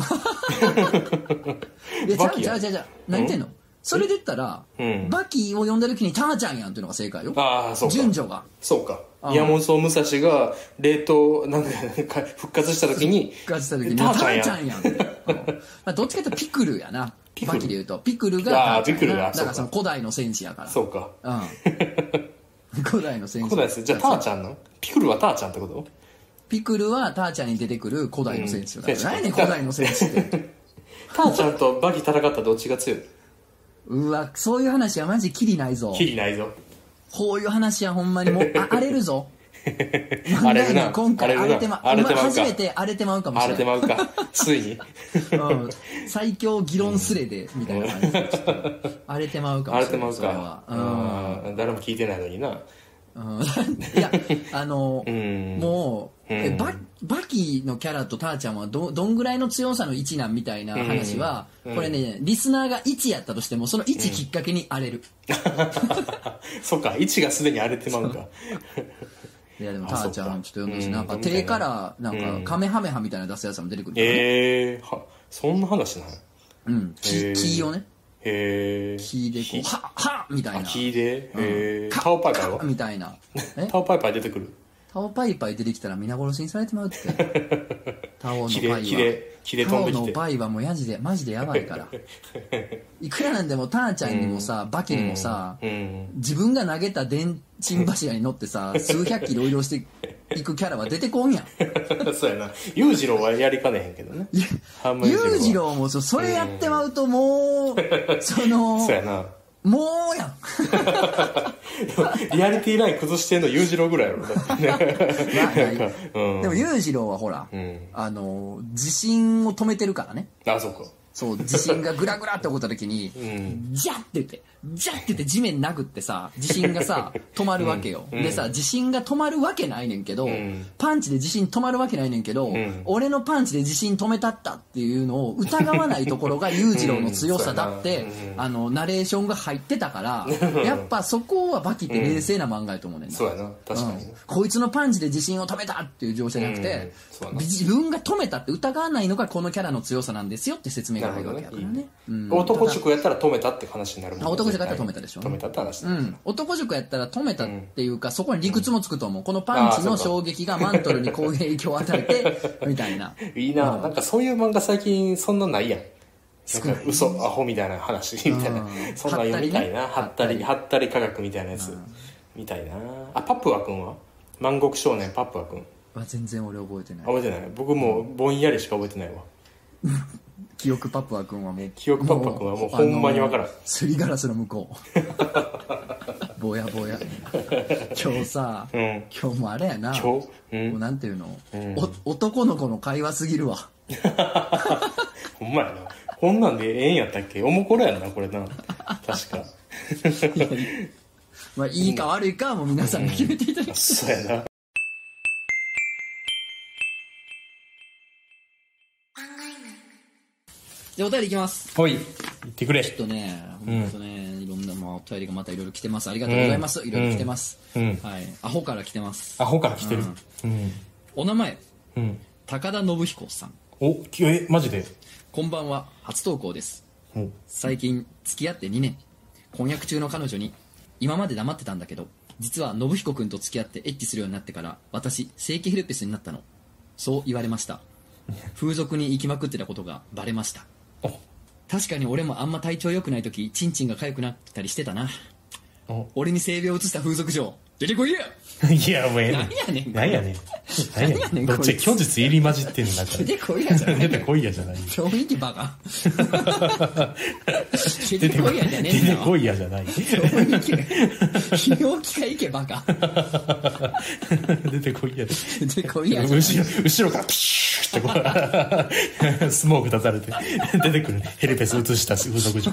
いやちゃうちゃうちゃうちゃう何言ってんの、うん、それで言ったら、うん、バキを呼んだ時にターちゃんやんっていうのが正解よ。ああそうか。順序がそうか。宮本武蔵が冷凍なんか復活した時に復活した時にターちゃんやんって、うんまあ、どっちかというとピクルやな。バキで言うとピクルがターちゃんやな。だからその古代の戦士やから。 そうか、 うん古代の戦士。 古代です。じゃあターちゃんのピクルはターちゃんってこと？ ピクルはターちゃんに出てくる古代の戦士だから、 うん、 何やねん古代の戦士ってターちゃんとバギ戦ったらどっちが強い？ うわ、そういう話はマジキリないぞ。 キリないぞ。 こういう話はほんまにもうあ荒れるぞ荒れるな。 今回荒れてま荒れてまうか。 初めて荒れてまうかもしれない。 荒れてまうか。ついに、 うん、最強議論スレでみたいな感じでちょっと荒れてまうかもしれない。 荒れてまうか。うん、誰も聞いてないのにな。 うん、いやあの、うん、もう、うん、え バ, バキのキャラとターちゃんは ど, どんぐらいの強さの位置なんみたいな話は、うん、これねリスナーがいちやったとしてもそのいちきっかけに荒れる、うん、 そっかいちがすでに荒れてまうかいやでもターちゃんちょっと読んでほしい、なんか手からなんかカメハメハみたいな出すやつも出てくるから、ね、 えー、はそんな話ない？ うん木、木をねへー木でこうはっはっみたいな木でへー、うん、 タオパイパイはみたいなタオパイパイ出てくる？ タオパイパイ出てきたら皆殺しにされてまうってタオのパイは木で木で飛んできてタオのパイはもうマジでマジでやばいからいくらなんでもターちゃんにもさ、うん、バキにもさ、うん、自分が投げた電信柱に乗ってさ数百キロ移動していくキャラは出てこんやんそうやな裕次郎はやりかねへんけどね裕次郎も そ, それやってまうともう、うん、そのそうやなもうやんリアリティライン崩してんの裕次郎ぐらいやろだってねうん、でも裕次郎はほら、うん、あの地震を止めてるからね。 あ、そうか。 そう地震がグラグラって起こった時に、うん、ジャッて言ってジャッて言って地面殴ってさ地震がさ止まるわけよ、うん、でさ地震が止まるわけないねんけど、うん、パンチで地震止まるわけないねんけど、うん、俺のパンチで地震止めたったっていうのを疑わないところが裕次郎の強さだって、うん、あのナレーションが入ってたからやっぱそこはバキって冷静な漫画やと思うねんな、 そうやな確かに、うん、 こいつのパンチで地震を止めたっていう情緒じゃなくて、うん、自分が止めたって疑わないのがこのキャラの強さなんですよって説明が入るわけやからね。うん、 男塾やったら止めたって話になるもんね。 男塾やったら止めたでしょ、ね、 止めたって話、 うん、男塾やったら止めたっていうか、うん、そこに理屈もつくと思う。このパンチの衝撃がマントルにこういう影響を与えてみたいな。 いいな、うん、なんかそういう漫画最近そんなないやん。なんか嘘アホみたいな話みたいな、うん、そんな読みたいな。はったりはったり科学みたいなやつ、うん、みたいな。あ、パップワ君は万国少年パップワ君は全然俺覚えてない。 覚えてない。僕もうぼんやりしか覚えてないわ記憶パップワ君はもう記憶パップワ君はもうほんまにわからん。 すりガラスの向こうぼやぼや今日さ、うん、今日もあれやな今日、うん、もうなんていうの、うん、男の子の会話すぎるわほんまやな。こんなんでええんやったっけ。おもころやんなこれな確かまあいいか悪いかはもう皆さんが決めていただきたい、うん、 そうやな。 じゃあお便りいきます。 はい、言ってくれ。 ちょっとね、本当ね、うん、いろんな、まあ、お便りがまたいろいろ来てます。ありがとうございます。いろいろ来てます、うん。はい。アホから来てます。 アホから来てる。うん。 お名前、うん、高田信彦さん。 お、え、マジで。 こんばんは、初投稿です。最近付き合ってにねん。婚約中の彼女に、今まで黙ってたんだけど、実は信彦君と付き合ってエッチするようになってから、私、正規ヘルペスになったの。そう言われました。風俗に行きまくってたことがバレました。確かに俺もあんま体調良くない時チンチンが痒くなったりしてたな。俺に性病を移した風俗嬢出てこいや。 いやお前何やねん何やねん何やねんどっち虚実入り混じってんの。 出てこいやじゃない。 出てこいやじゃない。 雰囲気バカ出てこいやじゃねえんだ。 出てこいやじゃない。 雰囲気泌尿器科行けバカ出てこいや出てこいやじゃない。 後ろ後ろからピシュッってこうスモーク立たれて出てくるヘルペス移した風俗嬢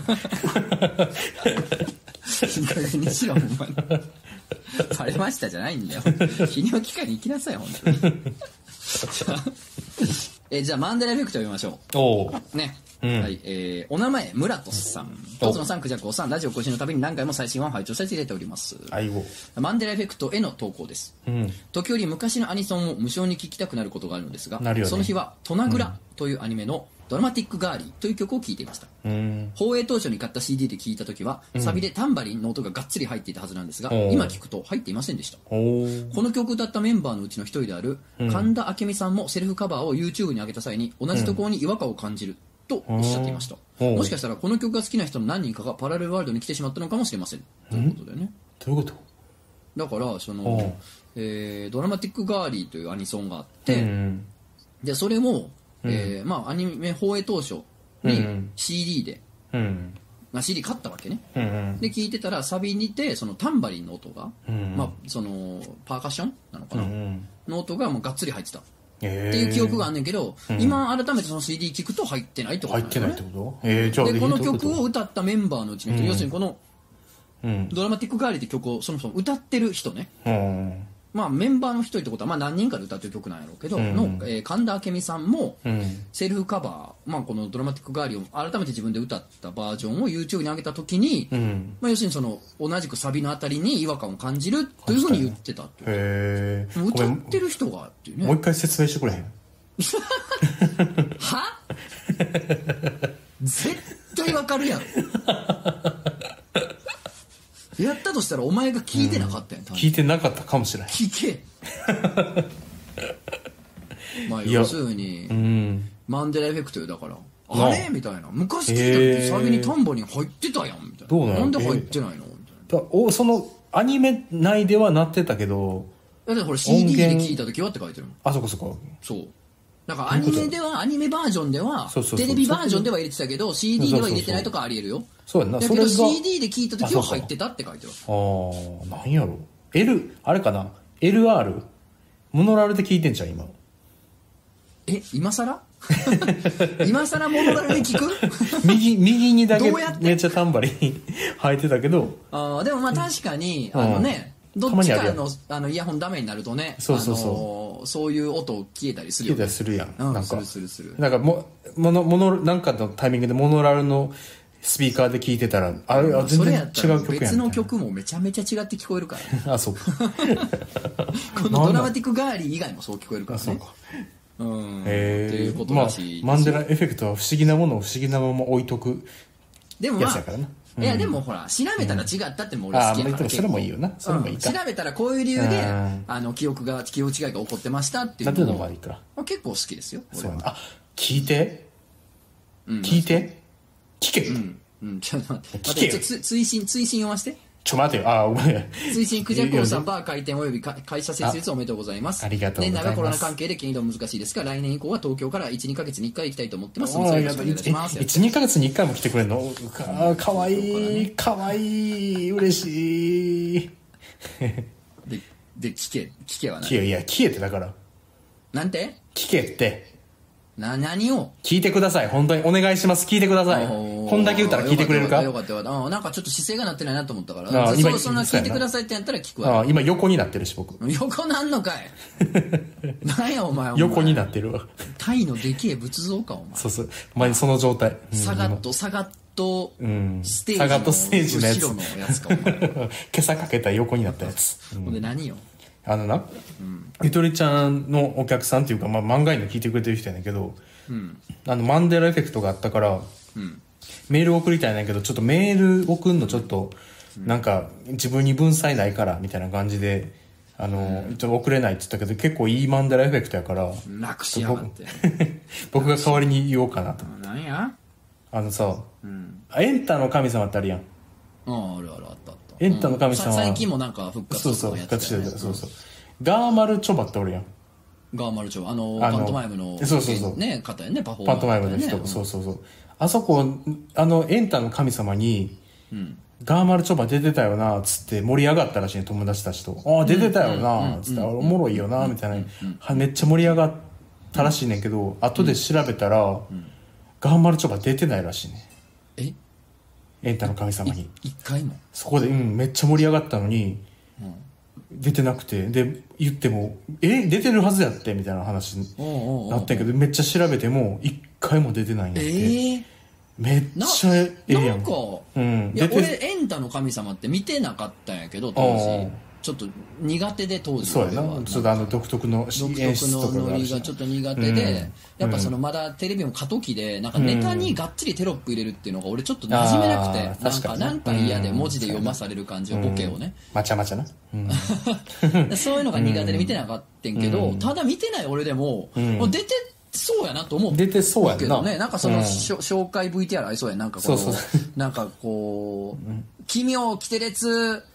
いい加減にしろほんまにバレましたじゃないんだよ。泌尿器科に行きなさい本当にじゃあえじゃあマンデラエフェクトを読みましょう。 おね、うん、はい、えー、お名前ムラトスさん。とつのさんクジャコさん、ラジオ更新のたびに何回も最新話を拝聴させていただいております。マンデラエフェクトへの投稿です、うん、時折昔のアニソンを無償に聴きたくなることがあるのですが、ね、その日はトナグラというアニメのドラマティックガーリーという曲を聴いていました。放映当初に買った シーディー で聴いた時は、うん、サビでタンバリンの音ががっつり入っていたはずなんですが、今聴くと入っていませんでした。この曲を歌ったメンバーのうちの一人である、うん、神田明美さんもセルフカバーを YouTube に上げた際に同じところに違和感を感じるとおっしゃっていました。もしかしたらこの曲が好きな人の何人かがパラレルワールドに来てしまったのかもしれません、ということだよね。 どういうこと？ だからその、えー、ドラマティックガーリーというアニソンがあって、うん、でそれも、えーまあ、アニメ放映当初に シーディー で、うんまあ、シーディー 買ったわけね、うんうん、で聴いてたらサビにてそのタンバリンの音が、うんうんまあ、そのパーカッションなのかな、うんうん、の音がもうがっつり入ってたっていう記憶があんねんけど、うん、今改めてその シーディー 聞くと入ってないってことなんだよね。入ってないってこと？えー、じゃあでこの曲を歌ったメンバーのうちの人、うん、要するにこの、うん、ドラマティックガーリーって曲をそもそも歌ってる人ね、うん、まあメンバーの一人ってことはまあ何人かで歌ってる曲なんやろうけど、うん、の、えー、神田明美さんもセルフカバー、まあ、このドラマティックガーリーを改めて自分で歌ったバージョンを YouTube に上げた時に、うんまあ、要するにその同じくサビのあたりに違和感を感じるというふうに言ってたっていう。へー、歌ってる人がっていうね。 もう一回説明してくれへんは絶対わかるやろやったとしたらお前が聞いてなかったやん、うん、 聞いてなかったかもしれない。 聞けまあ要するに、うん、マンデラエフェクトよ。だからあれみたいな、昔聞いたってサビにタンバリン入ってたやんみたいな、どうなのなんで入ってないのみたいな。おそのアニメ内ではなってたけど、 だってこれ シーディー で聞いた時はって書いてる。 あそこそこそうだからアニメではアニメバージョンではテレビバージョンでは入れてたけど シーディー では入れてないとかありえるよ。 そうやんな。 だけど シーディー で聞いた時は入ってたって書いてる。 ああ、なんやろ L あれかな エルアール モノラルで聞いてんじゃん今。 え今さら今さらモノラルで聞く右右にだけめっちゃタンバリン入ってたけど、 あでもまあ確かに、うん、あのねどっちか の, あのイヤホンダメになるとね、そうそうそう、あのー、そういう音消えたりするよね。 消えたりするやん、 うん、 なんかするするする。 なんかもモノモノなんかのタイミングでモノラルのスピーカーで聞いてたらあれは全然違う曲やん。 別の曲もめちゃめちゃ違って聞こえるから、ね、 あそうかこのドラマティックガーリー以外もそう聞こえるからね。あそうか。うん、へえ。ということらしい、まあ、マンデラエフェクトは不思議なものを不思議なまま置いとくでもまあやつやからな。 いやでもほら調べたら違ったっても俺好きやから、うん、あそれもいいよな。それもいいか、 うん、調べたらこういう理由で、うん、あの記憶が記憶違いが起こってましたっていうのも結構好きですよ。 そうあ聞いて、うん、聞いて聞け、 うんうん、ちょっと待って、待って、追伸追伸読ませて。 ちょ待てよ、あ、ごめん。 推進クジャコウさん、バー開店および会社設立おめでとうございます。 ありがとうございます。 年内はコロナ関係で経営難しいですが、来年以降は東京からいち、にかげつにいっかい行きたいと思ってます。よろしくお願いします。 いち、にかげつにいっかいも来てくれるのか、かわいい、かわいい、嬉しい。 で、で、聞け、聞けはない。聞け、いや、聞けってだから。 なんて聞けって。 な、何を聞いてください。本当にお願いします。聞いてください。こんだけ言ったら聞いてくれるか。 よかったよかった。なんかちょっと姿勢がなってないなと思ったから。あ今そんな聞いてくださいってやったら聞くわ。 あ今横になってるし、僕。 横なんのかいなんやお前。 横になってるわ。 タイのでけえ仏像か、お前。 そうそう。お前その状態。 サガット、サガットステージの。 サガットステージのやつ。 後ろのやつか、お前。 今朝かけた横になったやつ。 ほんで何よ。 あのな、ゆとりちゃんのお客さんっていうか、まあ漫画員の聞いてくれてる人やねんけど、うん、あのマンデラエフェクトがあったから、うん、メール送りたいねんけどちょっとメール送るのちょっと、うん、なんか自分に文才ないからみたいな感じであの、うん、ちょっと送れないって言ったけど結構いいマンデラエフェクトやから楽しやがって僕が代わりに言おうかなと。 何やあのさ、うん、エンタの神様ってあるやん。 ああるあるあったあった。 エンタの神様、うん、 最近もなんか復活とかやってた、ね、そうそう復活してた、そうそうガーマルチョバっておるやん。 ガーマルチョバあのパントマイムのそうそうそうね方やねパフォーマー、 パントマイムの人、うん、そうそうそうあそこあのエンタの神様に、うん、ガーマルチョバ出てたよなっつって盛り上がったらしいね友達たちと。ああ出てたよなっつって、うん、おもろいよなみたいな、うん、めっちゃ盛り上がったらしいねんけど、うん、後で調べたら、うん、ガーマルチョバ出てないらしいね。 えエンタの神様に一回もそこで、うん、めっちゃ盛り上がったのに、うん出てなくてで言ってもえ出てるはずやってみたいな話になったけどめっちゃ調べても一回も出てないんやって、えー、めっちゃええやん。 なんか、うん、いや俺エンタの神様って見てなかったんやけど当時ちょっと苦手で当時そうやなちょっとあの独特の独特のノリがちょっと苦手で、うん、やっぱそのまだテレビも過渡期でなんかネタにがっつりテロップ入れるっていうのが俺ちょっと馴染めなくて、うん、なんかなんか嫌で文字で読まされる感じをボケをね、 まちゃまちゃな、 うん、そういうのが苦手で見てなかったんけど、うん、ただ見てない俺でも、うん、出てそうやなと思う出てそうやなけどね。なんかその、うん、紹介 ブイティーアール ありそうやん。なんかこのなんかこう、うん、奇妙キテレツ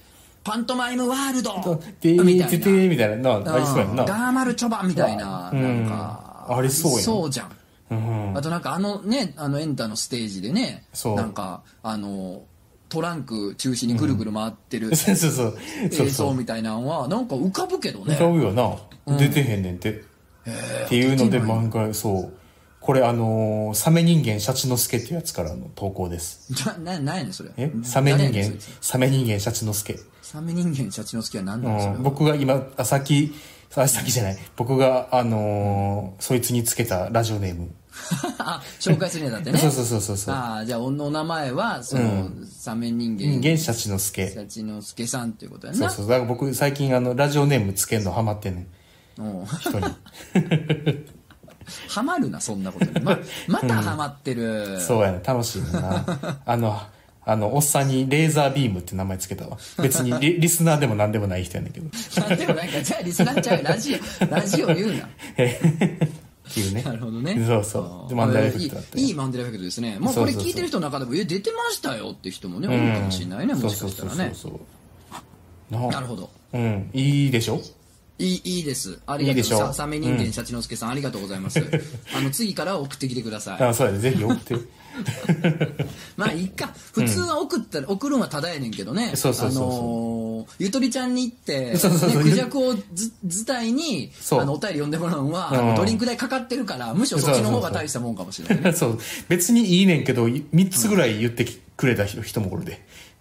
パントマイムワールドでーみたいててーみたいな、な、ありそうやんな。 ガーマルチョバみたいな、なんか、 ありそうやん。 そうじゃん。うん、あとなんかあのね、あのエンタのステージでね、なんかあのトランク中心にぐるぐる回ってる映像みたいなのはなんか浮かぶけどね。 浮かぶよな、うん、出てへんねんてっていうので漫画、そうこれあのー、サメ人間シャチノスケっていうやつからの投稿です。 な、な、なんやねんそれ。 えサメ人間サメ人間シャチノスケ。 サメ人間シャチノスケは何なんですか、 うん、僕が今さっきさっきじゃない僕があのー、そいつにつけたラジオネームあ、紹介するんだってね。 そうそうそうそう。 ああ、じゃあおの名前はその、うん、サメ人間人間シャチノスケ。 シャチノスケさんっていうことやな。 そうそう。だから僕最近あのラジオネームつけんのハマってんねん。人に。 ハマるなそんなことに。ままたハマってる。 うん、そうやね、楽しいな。あのあのおっさんにレーザービームって名前つけたわ。別に リ, リスナーでも何でもない人やねんけど。 何でもないからじゃあリスナーちゃうラジオラジオ言うな。 っていうね。 なるほどね。 そうそう。でマンデラエフェクトだった。 いいマンデラエフェクトですね。まあこれ聞いてる人の中でもえ出てましたよって人もね、多いかもしれないね、もしかしたらね。そうそうそう。なるほど。 うん、いいでしょ。 いい、いいです。ありがとうございます。サメ人間シャチノスケさん、ありがとうございます。あの、次から送ってきてください。 あ、そうやね。ぜひ送って。 まあ、いいか。普通は送ったら、送るのはただやねんけどね。 そうそうそう。あのゆとりちゃんに行って、クジャクを図体に、あの、お便り読んでもらうのは、ドリンク代かかってるから、むしろそっちの方が大したもんかもしれない。 そう。別にいいねんけど、みっつぐらい言ってくれた人もおるで。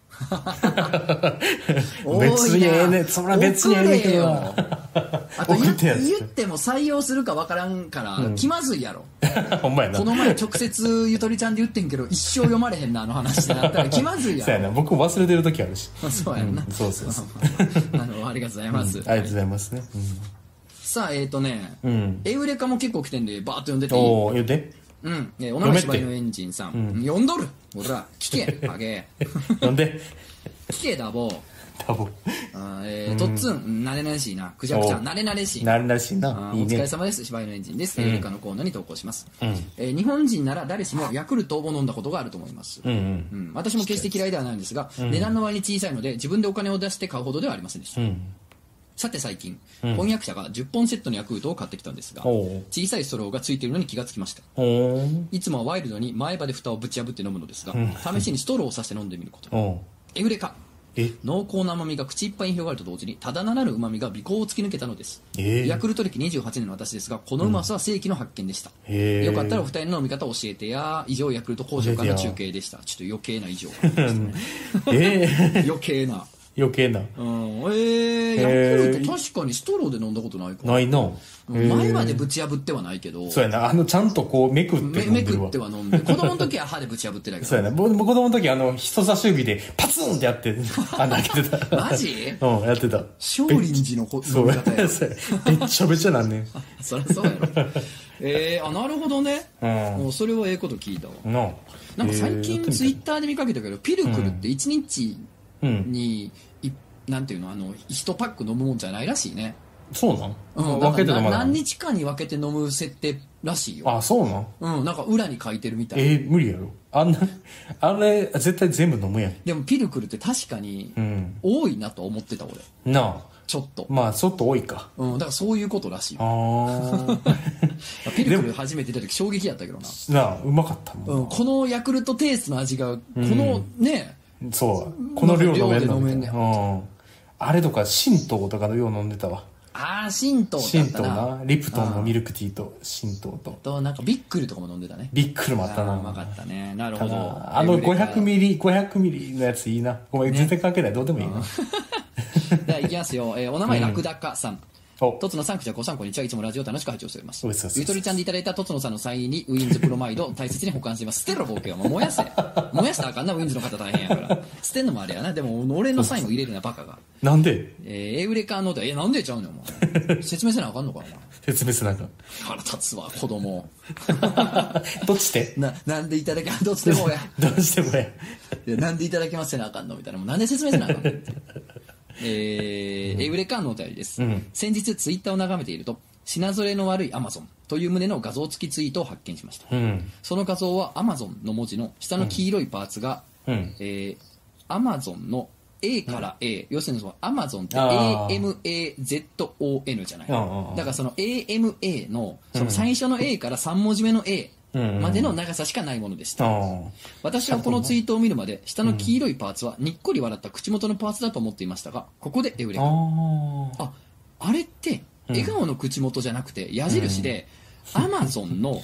別にええね、それは別にええねんけどあと言っても採用するか分からんから気まずいやろ。 ほんまやな。 この前直接ゆとりちゃんで言ってんけど一生読まれへんなあの話ってなったら気まずいやろ。 そうやな、僕も忘れてる時あるし。 そうやんな。 そうそうそう。 あのありがとうございます。 ありがとうございますね。 さあえっとね、エウレカも結構来てんでバーッと読んでていい？ おー、言うて。 うん、えー、お名前柴犬エンジンさん、うん、読んどるほら聞けハゲ読んで聞けダボダボあ、えー、とっつんなれなれしいなクジャクちゃんなれなれしいなれなれしいな。 いいね、お疲れ様です。柴犬エンジンです。エウレカのコーナーに投稿します、うんえー、日本人なら誰しもヤクルトを飲んだことがあると思います、うんうんうん、私も決して嫌いではないんですが、うん、値段の割に小さいので自分でお金を出して買うほどではありませんでした、うんさて最近、うん、婚約者がじゅっぽんセットのヤクルトを買ってきたんですが小さいストローがついているのに気がつきました。いつもはワイルドに前歯で蓋をぶち破って飲むのですが、うん、試しにストローをさして飲んでみることエウレカ濃厚な甘みが口いっぱいに広がると同時にただならぬうまみが鼻孔を突き抜けたのです、えー、ヤクルト歴にじゅうはちねんの私ですがこのうまさは世紀の発見でした、うん、よかったらお二人の飲み方を教えてや以上ヤクルト工場からの中継でした。ちょっと余計な以上、ねえー、余計な余計な。 うん、えー、ヤクルト確かにストローで飲んだことないかないな。 前までぶち破ってはないけど。 そうやな。あの、ちゃんとこう、めくって飲んでるわ。 めくっては飲んで。子供の時は歯でぶち破ってないけど。 そうやな。僕も子供の時、あの、人差し指でパツンってやって、あ、開けてた。 マジうん、やってた。 少林寺の飲み方や。 めっちゃめちゃなんねん。 そりゃそうやろ。えー、あ、なるほどね。うん。それはええこと聞いたわ。 ななんか最近ツイッターで見かけたけど、ピルクルっていちにちに、なんていうのあのいちパック飲むもんじゃないらしいね。 そうなん、 うん、分けて飲まない。何日間に分けて飲む設定らしいよ。 あ、そうなんうん、なんか裏に書いてるみたい。 えー、無理やろ。あんなあれ絶対全部飲むやん。 でもピルクルって確かに多いなと思ってた俺。 なあちょっとまあちょっと多いか。 うん、だからそういうことらしい。 あピルクル初めて出た時衝撃やったけどな。 なあうまかったもん、 うん、このヤクルトテイストの味がこの、うん、ねそうこの量飲めんのみたいな。うんあれとか神道とかのよう飲んでたわ。 ああ神道だったな。 神道なリプトンのミルクティーと神道ととなんかビックルとかも飲んでたね。 ビックルもあったな。 うまかったね。なるほど。 あのごひゃくミリごひゃくミリのやついいな。ごめん、ね、全然関係ない。どうでもいいな。 ではいきますよ、えー、お名前ラクダカさん、とつのさんくじゃこさんこんにちは。いつもラジオ楽しく拝聴しております。ゆとりちゃんでいただいたとつのさんのサインにウィンズプロマイド大切に保管しています。捨てろボケはもう燃やせ燃やしたらあかんな。ウィンズの方大変やから捨てんのもあれやな。でも俺のサインを入れるなバカが。 なんでえー、エウレカのえなんでちゃうねんお前説明せなあかんのかお前。 説明せなあかん。 腹立つわ子供どっちでななんでいただきどっちでもやどうしてもやいやなんでいただきますせなあかんのみたいな。もうなんで説明せなあかんのってえー、エウレカのお便りです、うん、先日ツイッターを眺めていると品ぞれの悪いアマゾンという旨の画像付きツイートを発見しました、うん、その画像はアマゾンの文字の下の黄色いパーツが、うんえー、アマゾンの A から A、うん、要するにその Amazon って エーエムエーゼットオーエヌ じゃない。だからその エーエムエー のその最初の A からさん文字目の A、までの長さしかないものでした、うん、私はこのツイートを見るまで下の黄色いパーツはにっこり笑った口元のパーツだと思っていましたが、ここでエウレカ。あ、あれって笑顔の口元じゃなくて矢印で、うん、Amazon の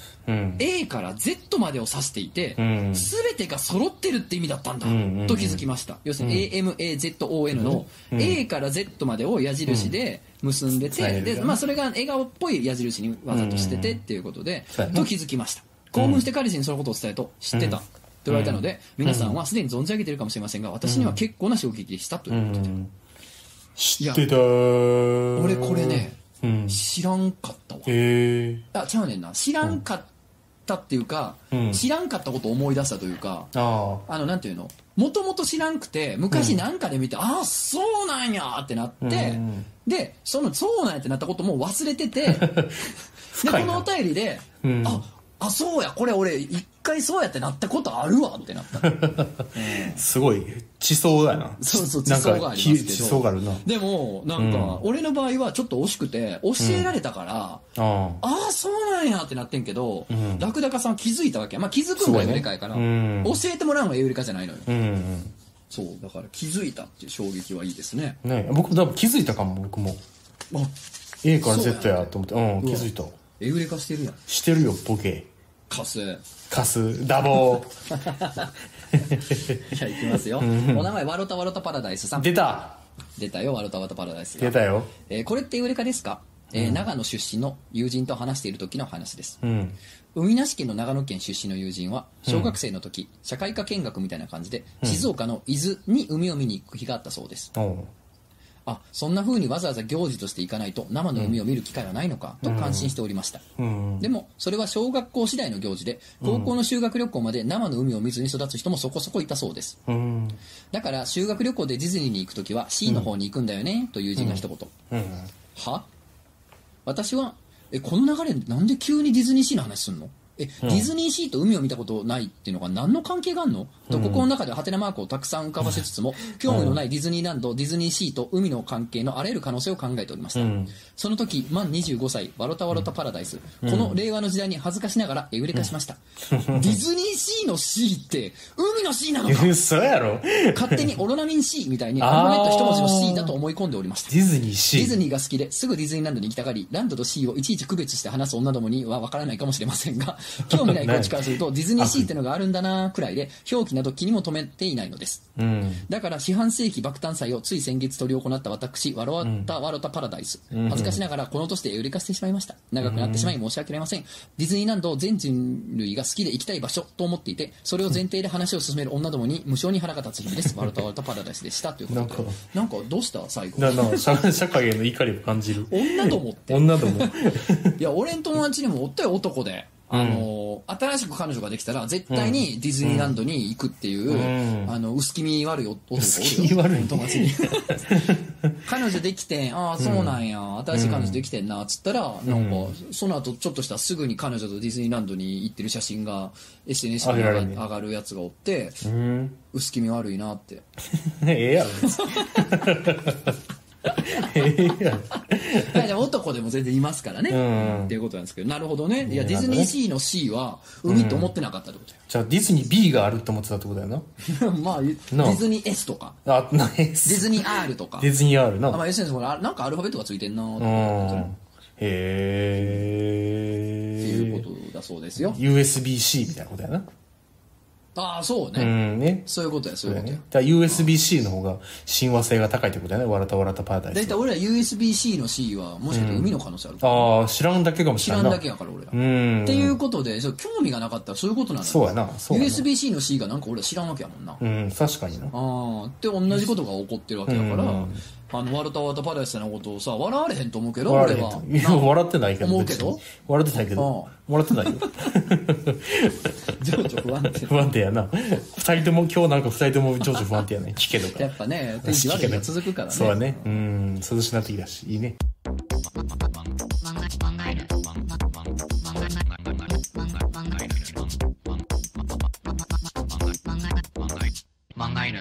A から Z までを指していて、うん、全てが揃ってるって意味だったんだ、うん、と気づきました。要するに エーエムエーゼットオーエヌ の A から Z までを矢印で結んでて、うん、でまあ、それが笑顔っぽい矢印にわざとしててっていうことで、うん、と気づきました。興奮して彼氏にそのことを伝えると知ってた、うん、と言われたので、皆さんはすでに存じ上げているかもしれませんが、私には結構な衝撃でしたということで、うん、 知ってたー。 俺これね、うん、知らんかったわ。へー。あ、ちゃうねんな、知らんかったっていうか、うん、知らんかったことを思い出したというか、ああのなんていうの、もともと知らんくて昔なんかで見て、うん、ああそうなんやってなって、うん、でそのそうなんやってなったことも忘れててでこのお便りで、うん、ああそうやこれ俺一回そうやってなったことあるわってなった、うん、 すごい地層だな。 そうそう地層がありますけど、 地層があるな。 でもなんか、うん、俺の場合はちょっと惜しくて教えられたから、うん、ああそうなんやってなってんけど、うん、ラクダカさん気づいたわけや、まあ、気づくんがエウレカやから、ね、うん、教えてもらうのがエウレカじゃないのよ、うんうん、そうだから気づいたっていう衝撃はいいですね。 ね、僕多分気づいたかも。僕もあ A から Z やと思って、うん、気づいた。 エウレカしてるやん。 してるよボケ。 カスカスダボーじゃあいきますよ、うん、お名前ワロタワロタパラダイスさん。 出た出たよワロタワロタパラダイスが出たよ、 えー、これってエウレカですか、えーうん、長野出身の友人と話している時の話です、うん、海なし県の長野県出身の友人は小学生の時、うん、社会科見学みたいな感じで、うん、静岡の伊豆に海を見に行く日があったそうです、うん、あそんな風にわざわざ行事として行かないと生の海を見る機会はないのか、うん、と感心しておりました、うんうん、でもそれは小学校次第の行事で高校の修学旅行まで生の海を見ずに育つ人もそこそこいたそうです、うん、だから修学旅行でディズニーに行くときは C の方に行くんだよね、うん、と友人が一言、うんうん、は私はえこの流れなんで急にディズニーシーの話すんの、えディズニーシーと海を見たことないっていうのが何の関係があるの、うん、と心の中でハテナマークをたくさん浮かばせつつも、うん、興味のないディズニーランド、ディズニーシーと海の関係のあらゆる可能性を考えておりました、うん、その時満にじゅうごさいワロタワロタパラダイス、うん、この令和の時代に恥ずかしながらエウレカしました、うん、ディズニーシーの C って海の C なのか嘘やろ勝手にオロナミン C みたいにアルファベット一文字の C だと思い込んでおりました。 ディズニー C ディズニーが好きですぐディズニーランドに行きたがりランドと C をいちいち区別して話す女どもには分からないかもしれませんが興味ないこっちからするとディズニーシーってのがあるんだなくらいで表記など気にも留めていないのです、うん、だから四半世紀爆誕祭をつい先月執り行った私ワロワタワロタパラダイス、うん、恥ずかしながらこの年でエウレカしてしまいました。長くなってしまい申し訳ありません。ディズニーランドを全人類が好きで行きたい場所と思っていてそれを前提で話を進める女どもに無性に腹が立つ日々です。ワロタワロタパラダイスでしたということでなんかなんかどうした最後なな社, 社会への怒りを感じる女どもって女どもいや俺の友達にもおったよ男であのーうん、新しく彼女ができたら絶対にディズニーランドに行くっていう、うん、あの薄気味悪い男がおるよ悪い友達に彼女できてああそうなんや、うん、新しい彼女できてんなっつったら、うん、なんかその後ちょっとしたらすぐに彼女とディズニーランドに行ってる写真が エスエヌエス に上がるやつがおって、うん、薄気味悪いなってええやろええやんでも男でも全然いますからね、うん、っていうことなんですけどなるほどね。いやディズニーシーの C は海と思ってなかったってことよ、 うん、じゃあディズニー B があると思ってたってことだよなまあディズニー S とかあな S ディズニー R とかディズニー R なあ、 まあ、要するになんかアルファベットがついてんなとか、うん、 へえっていうことだそうですよ。 ユーエスビーシー みたいなことやな。 ああそうね、 うんね、 そういうことやそういうことや、 ね、だから ユーエスビーシー の方が親和性が高いってことやね。わらたわらたパラダイスだいたい俺ら ユーエスビーシー の C はもしかして海の可能性あるから、うん、ああ知らんだけかもしれないな。 知らんだけやから俺らうんっていうことで興味がなかったらそういうことなんだ。 そうやなそうやなユーエスビーシー の C がなんか俺ら知らんわけやもんな。 うん確かにな。 ああって同じことが起こってるわけだから、うんあの、ワルタワルタパラダイスのことをさ、笑われへんと思うけど、俺は。 いや、笑ってないけど。 思うけど笑ってないけど。笑ってないよ。 情緒不安定。 不安定やな。二人とも、今日なんか二人とも情緒不安定やね。聞けとか。 やっぱね、天気悪い日が続くからね。 そうだね。うん、涼しなってきたし、いいね。漫画犬。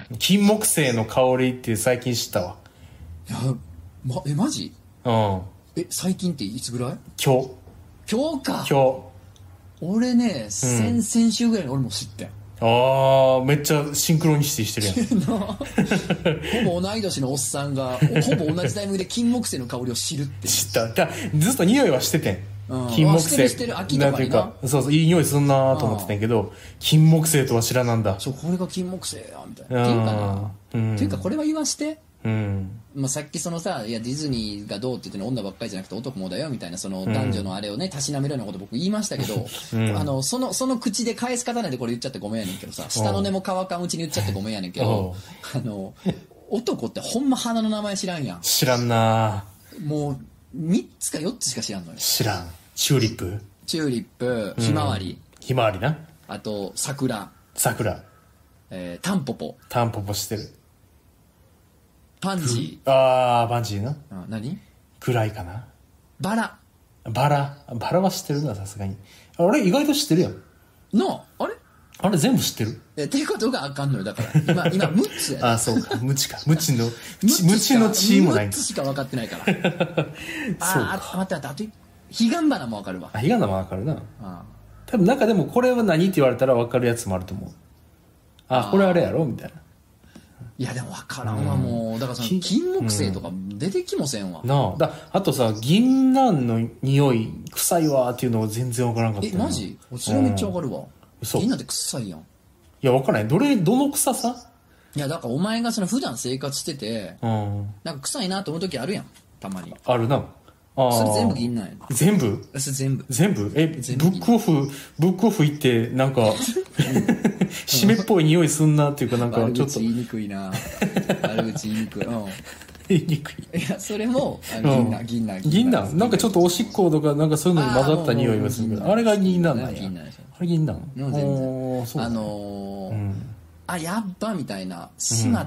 金木犀の香りって最近知ったわ。 いや、ま、え、マジ？ うん。 え、最近っていつぐらい？ 今日。 今日か。 今日。 俺ね、先々週ぐらいに俺も知ってん。 ああ、めっちゃシンクロニシティしてるやん。ほぼ同い年のおっさんがほぼ同じタイミングで金木犀の香りを知るって。 知った。だずっと匂いはしててん。 うん、 金木犀。 してる秋とかにな。 なんていうか、そうそう、いい匂いすんなと思ってたんやけど、金木犀とは知らなんだ。 そう、これが金木犀や、みたいな。っていうかな。うん、っていうか、これは言わして。うん。まあ、さっきそのさ、いや、ディズニーがどうって言っての女ばっかりじゃなくて男もだよみたいな、その男女のあれをね、たしなめるようなこと僕言いましたけど、うん、あの、その、その口で返す方なんでこれ言っちゃってごめんやねんけどさ、下の根も乾かんうちに言っちゃってごめんやねんけど、あの、男ってほんま花の名前知らんやん。 知らんなもう、みっつかよっつしか知らんのよ。 知らん。チューリップチューリップ、ひまわり。 ひまわりな。 あと、桜。 桜。 えー、タンポポ。 タンポポしてる。 パンジー。あー、パンジーな。 あ、何？ 暗いかな。 バラ。 バラ。バラは知ってるな、さすがに。俺意外と知ってるやん。 のあれあれ全部知ってるえ、ってことがあかんのよ。だから、今、今、ムッツや。 あ、そうか。ムチか。ムチの、ムチのチーもないんムッツしか分かってないから。ああ、待って待って、あと、ヒガンバナも分かるわ。 あ、ヒガンバナも分かるな。あ多分なんかでもこれは何って言われたら分かるやつもあると思う。あ、これあれやろみたいな。 いやでも分からんわ、もうだからその金木犀とか出てきもせんわ、 うん、なあだあとさ銀杏の匂い臭いわっていうのが全然分からんかった。 えマジ？それめっちゃ分かるわ、うん、銀杏って臭いやん。いや分からない。どれどの臭さ？ いやだからお前がその普段生活してて、うん、なんか臭いなと思う時あるやん、たまに。あるな。 あそれ全部銀杏やん。 全部？ それ全部全部えブックオフブックオフ行ってなんか湿っぽい匂いすんなっていうかなんかちょっと悪口言いにくいな。悪口言いにくい。うん。 言いにくい。 いやそれも銀杏銀杏銀杏なんかちょっとおしっことかなんかそういうのに混ざった匂いがするけど、あれが銀杏なんや。あれ銀杏？ 全然。あのあやっばみたいなしまった。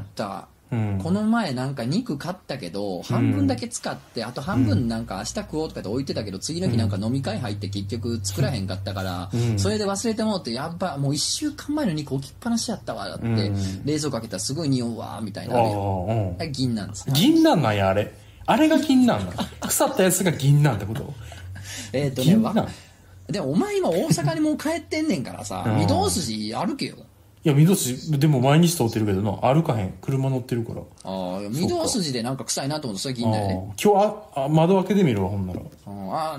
うん、この前なんか肉買ったけど半分だけ使って、うん、あと半分なんか明日食おうとかって置いてたけど、次の日なんか飲み会入って結局作らへんかったから、うん、それで忘れてもってやっぱもういっしゅうかんまえの肉置きっぱなしやったわって、うん、冷蔵庫開けたらすごい匂うわみたいなあるよ、うん、銀なんですね。 銀なんなんやあれあれが銀なんだ腐ったやつが銀なんってことえっとねわでもお前今大阪にもう帰ってんねんからさ御堂筋歩けよ。 いや、御堂筋、でも毎日通ってるけどな、歩かへん。車乗ってるから。 ああ、御堂筋でなんか臭いなと思うと、それ銀だよね。 今日あ、あ、窓開けてみるわ、ほんなら。 ああ、うん。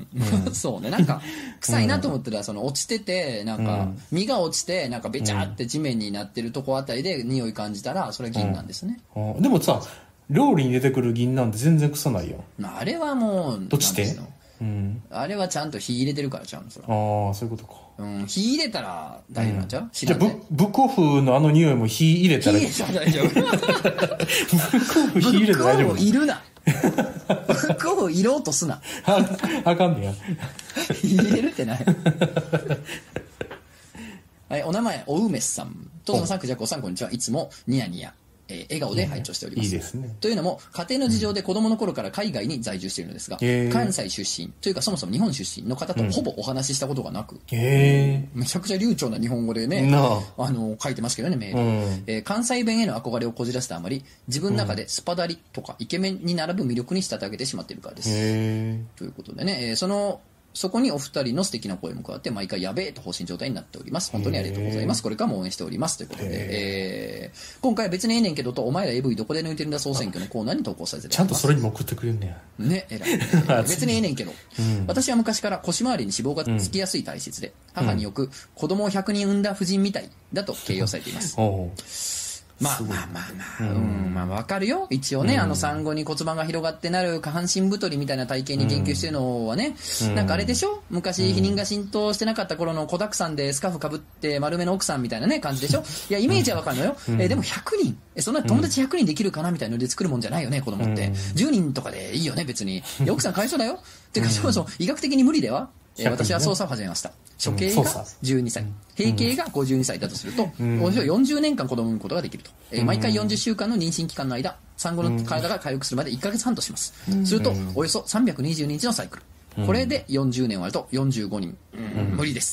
うん、そうね。なんか、臭いなと思ったら、その、落ちてて、なんか、実が落ちて、なんか、べちゃって地面になってるとこあたりで匂い感じたら、それ銀なんですね。 うんうん、でもさ、料理に出てくる銀なんて全然臭ないよ。 あれはもう、 どっちでうん、あれはちゃんと火入れてるからちゃうんですよ。 ああそういうことか。 うん、火入れたら大丈夫なんちゃう、うん、 じゃあ ブ, ブックオフのあの匂いも火入れたら火入れたら大丈夫。ブックオフ火入れたら大丈夫。 ブックオフいるな。ブックオフいろうとすな。 あ, あかんねや。 火入れるってないはい、お名前おうめさん。とぞのさんくじゃこさんこんにちは。いつもニヤニヤえー、笑顔で拝聴しております。 いいですね。 というのも家庭の事情で子供の頃から海外に在住しているのですが、うん、関西出身というかそもそも日本出身の方とほぼお話ししたことがなく、うん、めちゃくちゃ流暢な日本語でね、あの書いてますけどねメール、うんえー、関西弁への憧れをこじらせたあまり自分の中でスパダリとかイケメンに並ぶ魅力に仕立て上げてしまっているからです。ということでね、えー、そのそこにお二人の素敵な声も加わって毎回やべえと放心状態になっております。本当にありがとうございます。これからも応援しておりますということで、えー、今回は別にええねんけどとお前ら エーブイ どこで抜いてるんだ総選挙のコーナーに投稿させていただきます。 ちゃんとそれにも送ってくれんねやねえらい、ね、別にええねんけど、うん、私は昔から腰回りに脂肪がつきやすい体質で、うん、母によく子供をひゃくにん産んだ婦人みたいだと形容されています。まあまあまあまあ、うん、まあわかるよ。一応ね、うん、あの産後に骨盤が広がってなる下半身太りみたいな体型に研究してるのはね、うん、なんかあれでしょ昔避妊が浸透してなかった頃の子だくさんでスカーフかぶって丸めの奥さんみたいなね感じでしょ。いやイメージはわかるのよ、うん、えでもひゃくにんえそんな友達ひゃくにんできるかなみたいなので作るもんじゃないよね子供って、うん、じゅうにんとかでいいよね別に。いや奥さんかわいそうだよってかそもそも医学的に無理ではえー、私は操作を始めました。初経がじゅうにさい、閉経がごじゅうにさいだとすると、およそよんじゅうねんかん子供を産むことができると、えー、毎回よんじゅっしゅうかんの妊娠期間の間産後の体が回復するまでいっかげつはんとします。するとおよそさんびゃくにじゅうにちのサイクル、これでよんじゅうねん割るとよんじゅうごにん、うん、無理です。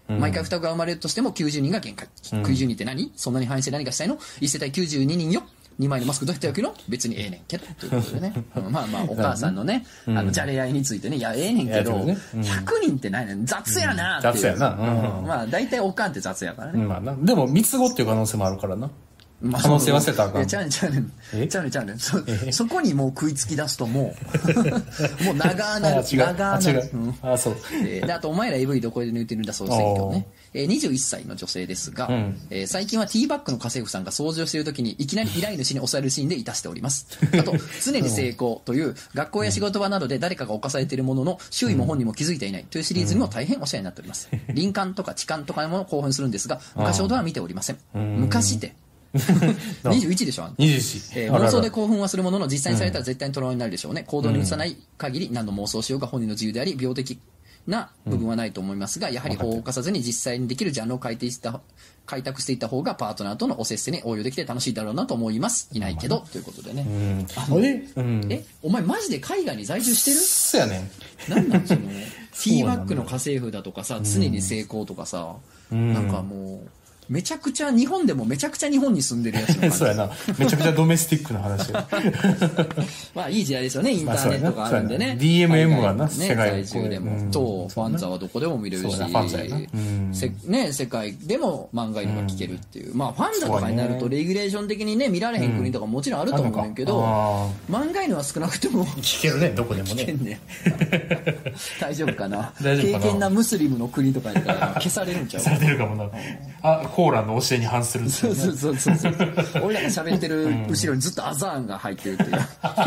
毎回双子が生まれるとしてもきゅうじゅうにんが限界。きゅうじゅうにんって何？そんなに反映して何がしたいの？いち世帯きゅうじゅうににんよ。にまいのマスクどうやって焼くの？別にええねんけど。ということでね。まあまあ、お母さんのね、あの、じゃれ合いについてね、いや、ええねんけど、ひゃくにんって何やねん。雑やなっていう。 雑やな。 まあ、大体おかんって雑やからね。 まあな。でも、三つ子っていう可能性もあるからな。可能性忘れたらあかん。 いや、ちゃうねん、ちゃうねん。ちゃうねん、ちゃうねん。そ、そこにもう食いつき出すともう、もう長なる。長なる。 あ、そう。 で、あと、お前ら エーブイ どこで抜いてるんだ、総選挙ね。にじゅういっさいの女性ですが、最近はティーバッグの家政婦さんが掃除をしているときにいきなり依頼主に押されるシーンでいたしております。あと、常に成功という学校や仕事場などで誰かが犯されているものの周囲も本人も気づいていないというシリーズにも大変お世話になっております。林間とか痴漢とかのものを興奮するんですが、昔ほどは見ておりません。昔って。にじゅういちでしょ。 にじゅういち、 えー、妄想で興奮はするものの実際にされたら絶対にトラウマになるでしょうね。行動に移さない限り何の妄想しようが本人の自由であり病的な部分はないと思いますが、やはり法を犯さずに実際にできるジャンルを開拓した開拓していった方がパートナーとのお接せに応用できて楽しいだろうなと思います。いないけど、ということでね。あのえ、えお前マジで海外に在住してる？ そうやねん。なんなんそのティーバッグの家政婦だとかさ、常に成功とかさ、なんかもうめちゃくちゃ日本でもめちゃくちゃ日本に住んでるやつの感じ。 そうやな。めちゃくちゃドメスティックな話。 まあいい時代ですよね。インターネットがあるんでね。 ディーエムエム はな、 世界中でも。そう、ファンザはどこでも見れるし、ね、世界でも漫画犬が聞けるっていう。まあファンザとかになるとレギュレーション的にね、見られへん国とかもちろんあると思うんだけど、漫画犬は少なくても聞けるね、どこでもね。 聞けんね。大丈夫かな。敬虔なムスリムの国とかやったら消されるんちゃう？ 消されてるかもな。あ、コーランの教えに反するんですよね。 そうそうそうそう。俺らが喋ってる後ろにずっとアザーンが入ってるっていう。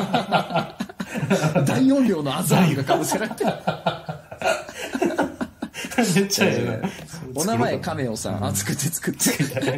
大音量のアザーンがかぶせられてる。 めっちゃいいな。 お名前カメオさん。あ、作って作って。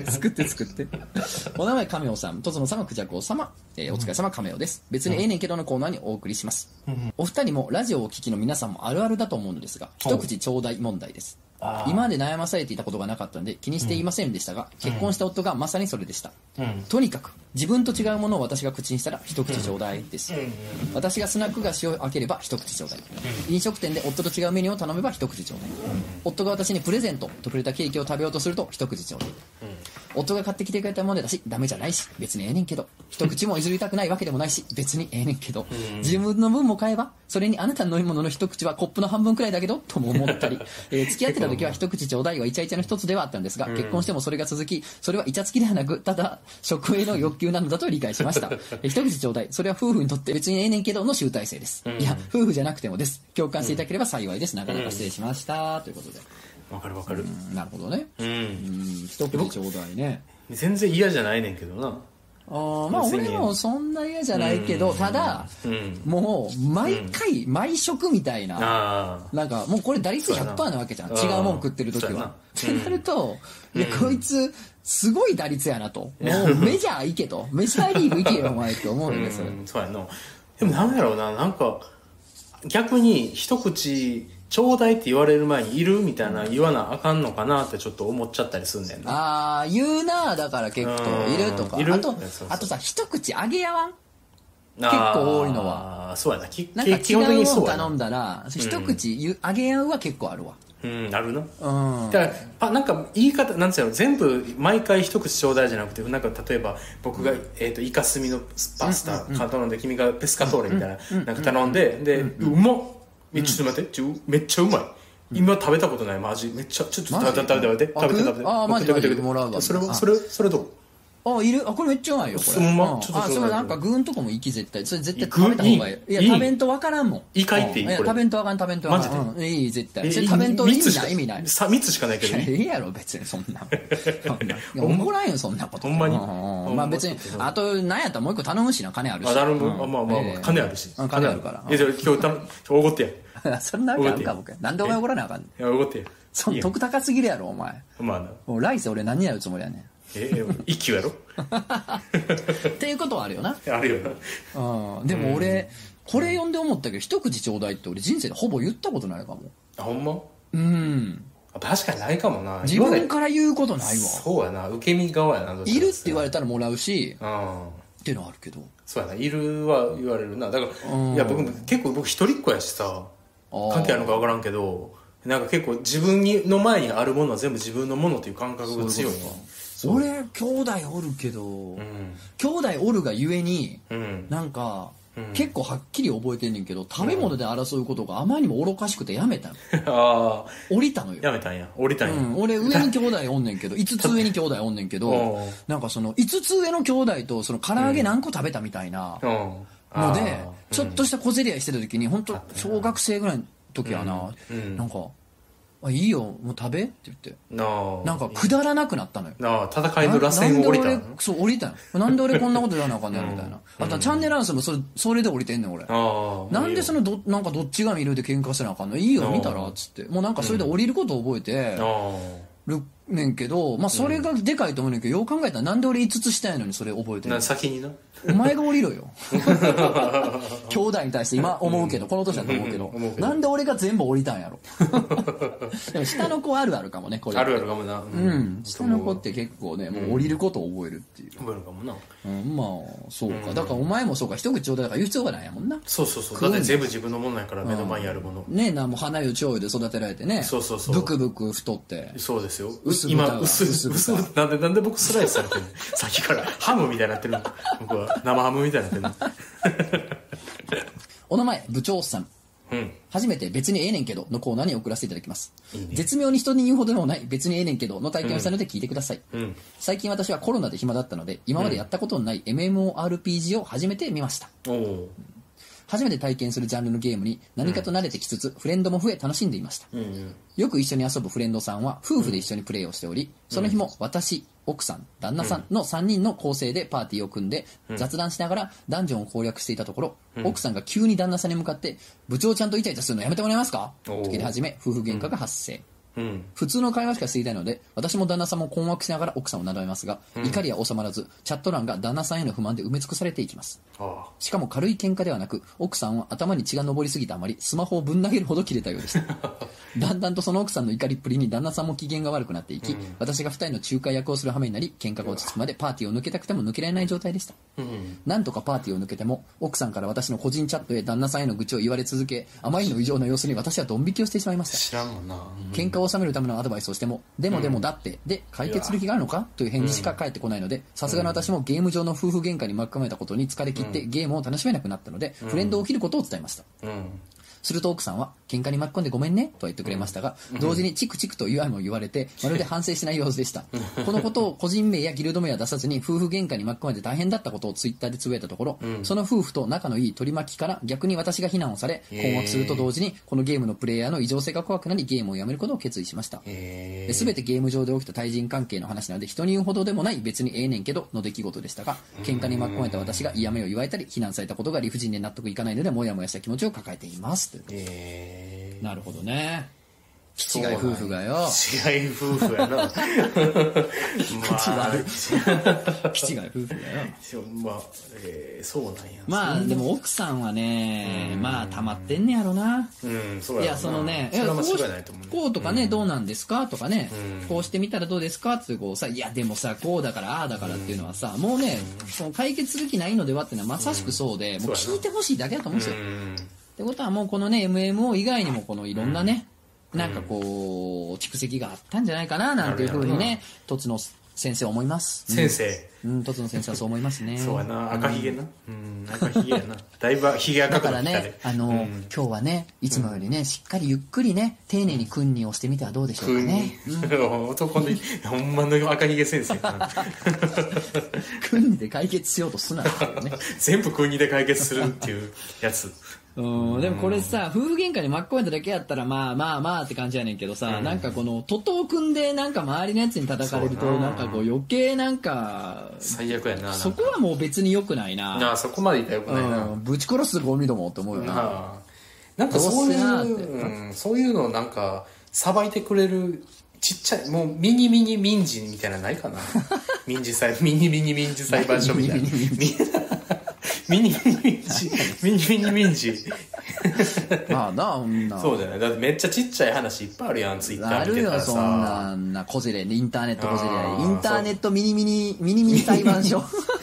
作って作って。お名前カメオさん。とつの様、クジャコ様。えー、お疲れ様カメオです。別にええねんけどのコーナーにお送りします。お二人もラジオをお聞きの皆さんもあるあるだと思うのですが、一口ちょうだい問題です。今まで悩まされていたことがなかったので気にしていませんでしたが、結婚した夫がまさにそれでした、うん、とにかく自分と違うものを私が口にしたら一口ちょうだいです、うん、私がスナック菓子を開ければ一口ちょうだい、うん、飲食店で夫と違うメニューを頼めば一口ちょうだい、うん、夫が私にプレゼントとくれたケーキを食べようとすると一口ちょうだい、うん、夫が買ってきてくれたものだしダメじゃないし別にええねんけど一口も譲りたくないわけでもないし別にええねんけど、うん、自分の分も買えばそれにあなたの飲み物の一口はコップの半分くらいだけどとも思ったり、えー、付き合ってた時は一口ちょうだいはイチャイチャの一つではあったんですが、うん、結婚してもそれが続きそれはイチャつきではなくただ食への欲求なのだと理解しましたえ一口ちょうだいそれは夫婦にとって別にええねんけどの集大成です、うん、いや夫婦じゃなくてもです共感していただければ幸いです、なかなか失礼しました、うん、ということでわかるわかる、 うん、なるほどね、うん、うん一口ちょうだいね全然嫌じゃないねんけどなあまあ俺もそんな嫌じゃないけど、ただ、うん、もう毎回、うん、毎食みたいななんかもうこれ打率 ひゃくパーセント なわけじゃん、違うもん食ってる時はってなると、うん、いやこいつすごい打率やなと、もうメジャー行けとメジャーリーグ行けよお前って思うよね、それ、 うん、そうやな。でもなんやろうな、なんか逆に一口ちょうだいって言われる前にいるみたいな言わなあかんのかなってちょっと思っちゃったりすんねんな。 ああ言うなだから結構いるとか、あとあとさ一口あげやわん結構多いのは。 あそうやな、きなんか違うもん頼んだら一口あげやうは結構あるわ。 うんあるな。うんだからなんか言い方なんつうの全部毎回一口ちょうだいじゃなくて、なんか例えば僕が、うん、えーとイカスミのパスタ頼んで、君がペスカトーレみたいな、うん、なんか頼んで、で、うん、うまっえちょっと待って、ちょめっちゃうまい、うん、今食べたことないマジめっちゃちょっと食べて食べて食べて食べて食べてあマジでもらうわそれそれそれどうあいるあこれめっちゃうまいよこれ、 うんま、ちょっとあそれなんか具んとこもいき絶対それ絶対食べた方がいい。いや食べんとわからんもん。 いいかいっていいこれ。 食べんとわかん食べんとわかん。マジで、うん、いい絶対。食べんと意味ない意味ない。 さみっつしかないけど。 いいやろ別にそんな。怒らんよそんなこと。 ほんまに。 まあ別にあと何やったらもう一個頼むしな、金あるし。 あ頼む。まあまあ金あるし。 金あるから。 えじゃ今日たおごってや。そんなわけあるか僕。なんでお前怒らなあかんねん。 いやおごってや。 そん得高すぎるやろお前。 まあな。 もう来世俺何やるつもりやねん。 ええ一級やろっていうことはあるよな。 あるよな。うんでも俺これ読んで思ったけど一口ちょうだいって俺人生でほぼ言ったことないかも。 あほんまうん確かにないかもな。 自分から言うことないわ。 そうやな受け身側やな。 いるって言われたらもらうしっていうのはあるけど。 そうやないるは言われるな。だからいや僕結構僕一人っ子やしさ関係あるのか分からんけどなんか結構自分にの前にあるものは全部自分のものという感覚が強いね。 俺兄弟おるけど、うん、兄弟おるがゆえに、うん、なんか、うん、結構はっきり覚えてんねんけど、食べ物で争うことがあまりにも愚かしくてやめたの。ああ。降りたのよ。 やめたんや。降りたんや。うん、 俺上に兄弟おんねんけど、いつつ上に兄弟おんねんけど、なんかそのいつつ上の兄弟とその唐揚げ何個食べたみたいなので、ちょっとした小競り合いしてた時に、本当小学生ぐらいの時はな、うんうん、なんか、あ、いいよ、もう食べって言って。なんか、くだらなくなったのよ。 ああ、戦いの螺旋を降りたの。 そう、降りたの。なんで俺こんなこと言わなあかんねんみたいな。あとはチャンネルアンスもそれ、それで降りてんねん、俺。なんでそのど、なんかどっちが見るで喧嘩せなあかんのいいよ、見たらっつって。もうなんかそれで降りることを覚えてるねんけど、まあそれがでかいと思うねんけど、よう考えたらなんで俺いつつしたいのにそれ覚えてるの。 先にな。 お前が降りろよ。兄弟に対して今思うけど、この年だと思うけど、なんで俺が全部降りたんやろ。でも下の子あるあるかもね、これ。 あるあるかもな。 うん。下の子って結構ね、もう降りることを覚えるっていう。 覚えるかもな。 うん、まあ、そうか。だからお前もそうか、一口ちょうだいから言う必要がないやもんな。 そうそうそう。だって全部自分のものやから目の前にあるもの。 ねえな、もう花よ蝶よで育てられてね。 そうそうそう。 ブクブク太って。 そうですよ。 今、 薄、薄、なんで、なんで僕スライスされてるのさっきからハムみたいになってるの。僕は生ハムみたいになってるの。 お名前、部長さん。うん、初めて別にええねんけどのコーナーに送らせていただきます。いいね、絶妙に人に言うほどでもない別にええねんけどの体験をしたので聞いてください、うん、最近私はコロナで暇だったので今までやったことのない エムエムオーアールピージー を初めて見ました、うん、初めて体験するジャンルのゲームに何かと慣れてきつつ、うん、フレンドも増え楽しんでいました、うんうん、よく一緒に遊ぶフレンドさんは夫婦で一緒にプレイをしており、うん、その日も私奥さん旦那さんのさんにんの構成でパーティーを組んで雑談しながらダンジョンを攻略していたところ、うん、奥さんが急に旦那さんに向かって部長ちゃんとイチャイチャするのやめてもらえますかと切り始め夫婦喧嘩が発生、うん、普通の会話しかしていないので私も旦那さんも困惑しながら奥さんをなだめますが、うん、怒りは収まらずチャット欄が旦那さんへの不満で埋め尽くされていきます。しかも軽い喧嘩ではなく奥さんは頭に血が上りすぎたあまりスマホをぶん投げるほど切れたようでしただんだんとその奥さんの怒りっぷりに旦那さんも機嫌が悪くなっていき、うん、私がふたりの仲介役をする羽目になり喧嘩が落ち着くまでパーティーを抜けたくても抜けられない状態でした、うん、なんとかパーティーを抜けても奥さんから私の個人チャットへ旦那さんへの愚痴を言われ続けあまりの異常な様子に私はドン引きをしてしまいました。 知らんもんな、うん、 喧嘩を収めるためのアドバイスをしてもでもでもだって、うん、で解決する気があるのかという返事しか返ってこないのでさすがの私もゲーム上の夫婦喧嘩に巻き込まれたことに疲れ切って、うん、ゲームを楽しめなくなったので、うん、フレンドを切ることを伝えました、うんすると奥さんは喧嘩に巻き込んでごめんねとは言ってくれましたが、うん、同時にチクチクと言わも言われてまるで反省しない様子でしたこのことを個人名やギルド名は出さずに夫婦喧嘩に巻き込まれて大変だったことをツイッターでつぶやいたところ、うん、その夫婦と仲のいい取り巻きから逆に私が非難をされ困惑すると同時にこのゲームのプレイヤーの異常性が怖くなりゲームをやめることを決意しました。全てゲーム上で起きた対人関係の話なので人に言うほどでもない別にええねんけどの出来事でしたが喧嘩に巻き込まれた私が嫌味を言われたり非難されたことが理不尽で納得いかないのでモヤモヤした気持ちを抱えていますということでなるほどね。気違い夫婦がよ。 気違い夫婦やな。 口悪い。気違い夫婦がよ。 まあ、えー、そうなんや。 まあでも奥さんはね、まあ溜まってんねやろな。 うん、そうやろな。 いやそのね、 それは間違いないと思う。 こうとかね、どうなんですかとかね、こうしてみたらどうですかってこうさ、いやでもさこうだからああだからっていうのはさ、もうね、その解決する気ないのではっていうのはまさしくそうで、もう聞いてほしいだけだと思うんですよ。ってことはもうこのね エムエムオー 以外にもこのいろんなね、うん、なんかこう蓄積があったんじゃないかななんていうふうにねとつの先生は思います。 先生、 うん、とつの先生はそう思いますね。 そうやな、赤ひげな、うん、赤ひげやな。だいぶひげ赤くなってきたね。 だからね、あの、うん、今日はねいつもよりねしっかりゆっくりね丁寧に訓にをしてみてはどうでしょうかね。 うん、男のほんまの赤ひげ先生。 訓で解決しようとすなよ、ね。 全部訓で解決するっていうやつ。 うん、でもこれさ夫婦喧嘩に巻き込めただけやったらまあまあまあって感じやねんけどさ、うん、なんかこの徒党組んでなんか周りのやつに叩かれるとなんかこう余計なんか最悪やな。 そこはもう別に良くないな。 あそこまでいったら良くないな、 うん、ぶち殺すゴミどもって思うよな。 なんかそういう、うん、そういうのなんかさばいてくれるちっちゃいもうミニミニ民事みたいなのないかな。民事裁ミニミニ民事裁判所みたいな。ミニミニ民事ミニミニ民事まあな女そうじゃない。だってめっちゃちっちゃい話いっぱいあるやんツイッター見てたらさ。 あるよそんなな小競り合いインターネット小競り合いインターネットミニミニミニミニ裁判所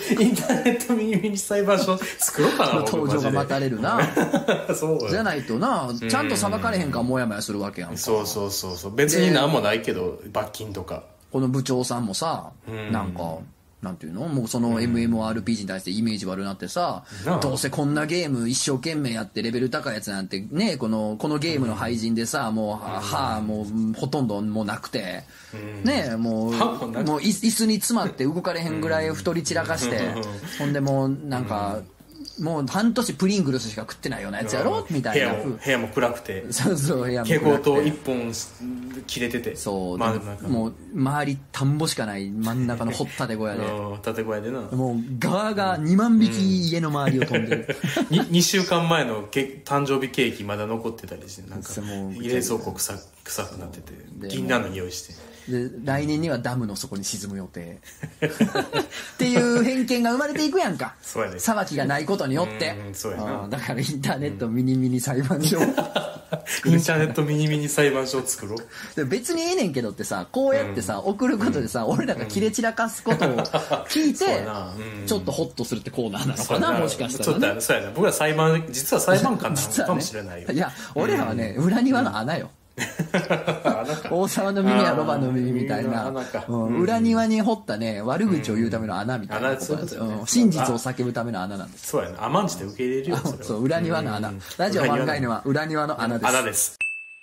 インターネットミニミニ裁判所作ろうかな登場が待たれるなそうじゃないとなちゃんと裁かれへんからモヤモヤするわけやんか。 そうそうそうそう別に何もないけど罰金とかこの部長さんもさ、うん、なんかなんていうのもうその エムエムアールピージー に対してイメージ悪なってさ、うん、どうせこんなゲーム一生懸命やってレベル高いやつなんてねこのこのゲームの廃人でさもう歯、うん、もうほとんどもうなくて、うん、ねもうもう椅子に詰まって動かれへんぐらい太り散らかして、うん、ほんでもうなんか、うんもう半年プリングルスしか食ってないようなやつやろみたいな部屋も部屋も暗くてそうそう部屋も蛍光灯一本切れててそう、まあ、もう周り田んぼしかない真ん中の掘ったて小屋で建て小屋でなもうガーガーにまんびき家の周りを飛んでる、 うん、に, にしゅうかんまえのけ誕生日ケーキまだ残ってたりしてなんか冷蔵庫臭臭くなってて銀杏の匂いしてで来年にはダムの底に沈む予定っていう偏見が生まれていくやんかそうやね裁きがないことによってそうやなだからインターネットミニミニ裁判所インターネットミニミニ裁判所を作ろう別にええねんけどってさこうやってさ、うん、送ることでさ、うん、俺らが切れ散らかすことを聞いて、うん、ちょっとホッとするってコーナーなのかなもしかしたら、ね、 ちょっとそうやな僕ら裁判実は裁判官なのかもしれないよ、 ね、いや俺らはね、うん、裏庭の穴よ王様の耳はロバの耳みたいな、うん、裏庭に掘ったね悪口を言うための穴みたいな、うん、真実を叫ぶための穴なんです。 そうやな甘んじて受け入れるよそれはそう裏庭の穴、うん、ラジオ満開のは裏庭の穴です。 穴です。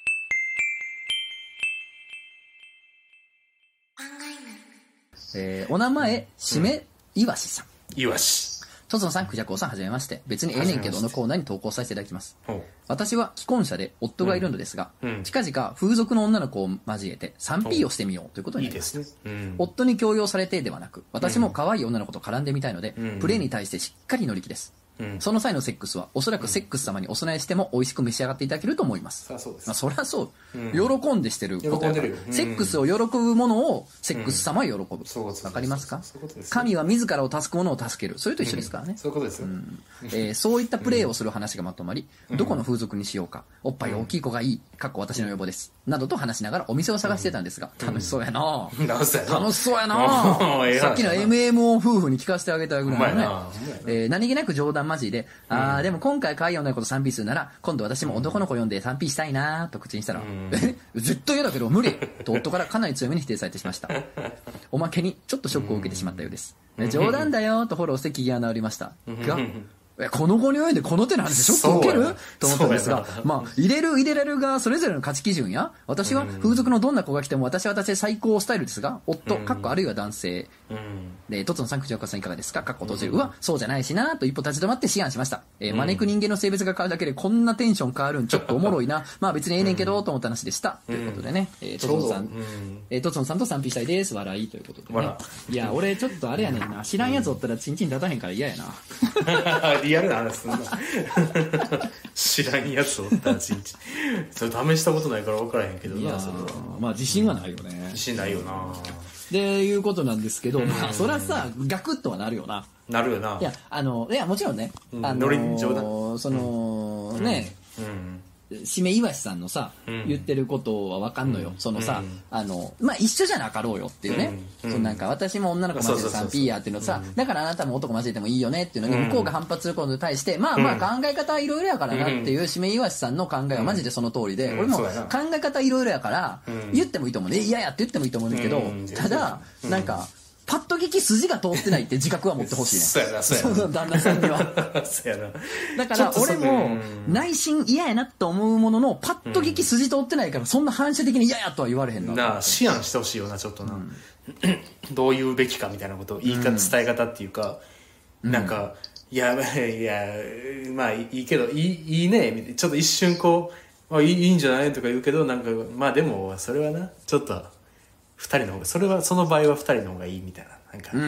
えー、お名前しめいわしさん。 いわしとつのさん、くじゃこうさん、はじめまして。別にええねんけどのコーナーに投稿させていただきます。私は既婚者で夫がいるのですが、うん、近々風俗の女の子を交えて スリーピー をしてみようということになります。いいですね。うん、夫に強要されてではなく、私も可愛い女の子と絡んでみたいので、うん、プレーに対してしっかり乗り気です。うん、その際のセックスはおそらくセックス様にお供えしても美味しく召し上がっていただけると思います。 うん、そうです。 まあ、そりゃそう、うん、喜んでしてることやから、うん、セックスを喜ぶものをセックス様は喜ぶ、わ、うん、かりますか？神は自らを助くものを助ける、それと一緒ですからね、うん、 そういうことですよ、 うんえー、そういったプレーをする話がまとまり、うん、どこの風俗にしようか、おっぱい大きい子がいい、かっこ私の要望です、などと話しながらお店を探してたんですが、楽しそうやな、うん、楽しそうやなさっきの エムエムオー 夫婦に聞かせてあげたいぐらいのね、えー、何気なく冗談交じりで、ああでも今回可愛い女の子と スリーピー するなら今度私も男の子呼んで スリーピー したいなと口にしたら、え絶対嫌だけど無理と夫からかなり強めに否定されてしました。おまけにちょっとショックを受けてしまったようです。冗談だよとフォローして機嫌が直りましたが、この後に及んでこの手の話でショックを受けると思ったんですが、まあ入れる入れられるがそれぞれの価値基準や、私は風俗のどんな子が来ても私は私で最高スタイルですが、夫かっこあるいは男性でとつのさん、くじゃこさんいかがですかかっこ閉じる、うわそうじゃないしなと一歩立ち止まって思案しました。えー、招く人間の性別が変わるだけでこんなテンション変わるんちょっとおもろいなまあ別にええねんけどと思った話でした、ということでね、えー、とつのさん、えー、とつのさんと スリーピー したいです笑いということでね。いや俺ちょっとあれやねんな、知らんやつおったらチンチン立たへんから嫌やなリアルな話すんな知らんやつおったらちんちんそれ試したことないから分からへんけどな、それはまあ自信はないよね、 うん、自信ないよなでいうことなんですけど、まあそりゃさガクッとはなるよな、 なるよな。 いやあのいやもちろんね、 うん、 あのノリ冗談その、うん、ね、うんしめいわしさんのさ、うん、言ってることは分かんのよ、うん、そのさ、うん、あのまあ一緒じゃなかろうよっていうね、うん、そのなんか私も女の子交えて スリーピー やっていうのさ、だからあなたも男交えてもいいよねっていうのに向こうが反発することに対して、まあまあ考え方はいろいろやからなっていうしめいわしさんの考えはマジでその通りで、俺も考え方いろいろやから言ってもいいと思うね、嫌やって言ってもいいと思うんだけど、ただなんかパッと聞き筋が通ってないって自覚は持ってほしいね。 そうやな、そうやな。 旦那さんには。 そうやな。 だから俺も内心嫌やなと思うものの、パッと聞き筋通ってないから、そんな反射的に嫌やとは言われへんな。 なあ、思案してほしいよな、ちょっとな。うん、どう言うべきかみたいなことを、言い方、伝え方っていうか、うん、なんか、いや、いや、まあいいけど、いい、いいね、ちょっと一瞬こう、いい、いいんじゃないとか言うけど、なんか、まあでも、それはな、ちょっと、二人の方が、それはその場合は二人の方がいいみたいな、なんか、うん、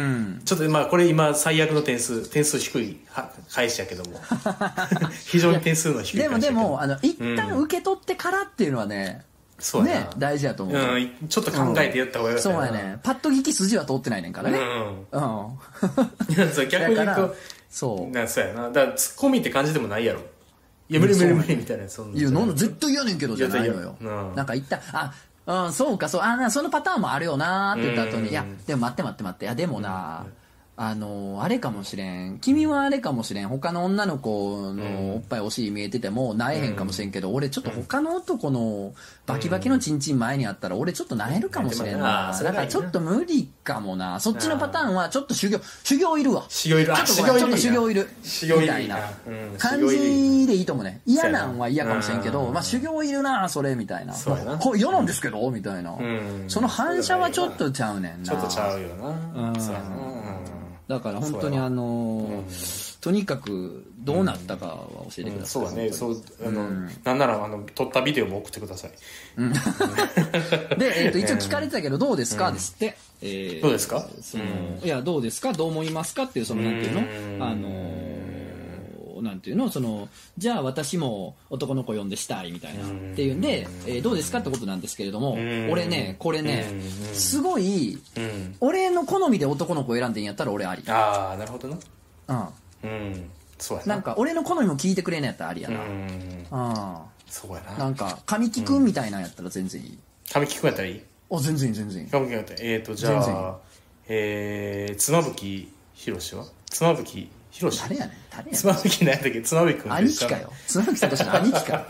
ちょっとまあこれ今最悪の点数点数低い返しやけども非常に点数の低いでもでもあの一旦受け取ってからっていうのはね、うん、そうね大事やと思う、 うん、ちょっと考えてやった方がよかったな、 うん、そうやね、パッと聞き筋は通ってないねんからね、うん、うん、 逆に言うとそうな、そうやな、だからツッコミって感じでもないやろ、いや無理無理無理みたいな、そんな、いやなん絶対嫌ねんけどじゃないのよ、うん、なんか一旦あうん、そうかそう、あそのパターンもあるよなーって言った後に、うん、いやでも待って待って待って、いやでもな、 あのあれかもしれん、君はあれかもしれん、他の女の子のおっぱいお尻見えててもなえへんかもしれんけど、うん、俺ちょっと他の男のバキバキのチンチン前にあったら俺ちょっとなえるかもしれんな、うん、だからちょっと無理かもな。そっちのパターンはちょっと修行修行いるわ。 修行いる。 ちょっとちょっと修行いるみたいな感じでいいと思うね。嫌なんは嫌かもしれんけど、まあ修行いるなそれみたいな、これ嫌なんですけどみたいな、うん、その反射はちょっとちゃうねんな。 ちょっとちゃうよな、うん、そうやな。 だから本当にあのー、とにかくどうなったかは教えてください、 うんうん、そうだね。そうあの、うん、なんならあの撮ったビデオも送ってください、 うん、で、えー、と一応聞かれてたけどどうですか、うん、ですって、 えー、どうですか、 その、うん、いやどうですかどう思いますかっていうそのなんていうの、あのー、なんていうのそのじゃあ私も男の子呼んでしたいみたいなっていうんで、えー、どうですかってことなんですけれども、俺ねこれねすごい俺の好みで男の子選んでんやったら俺あり。 ああなるほどな。 うん、 うん、そうやな。 なんか俺の好みも聞いてくれんやったらありやな。うん、 そうやな。 なんか神木くんみたいなんやったら全然いい。 神木くんやったらいい。 あ全然いい全然いい。 神木くんやったらえーとじゃあえー妻夫木宏は妻夫木広誰やねん誰やねん。 妻夫木何やったっけ。妻夫木君兄貴かよ。妻夫木聡の兄貴かよ。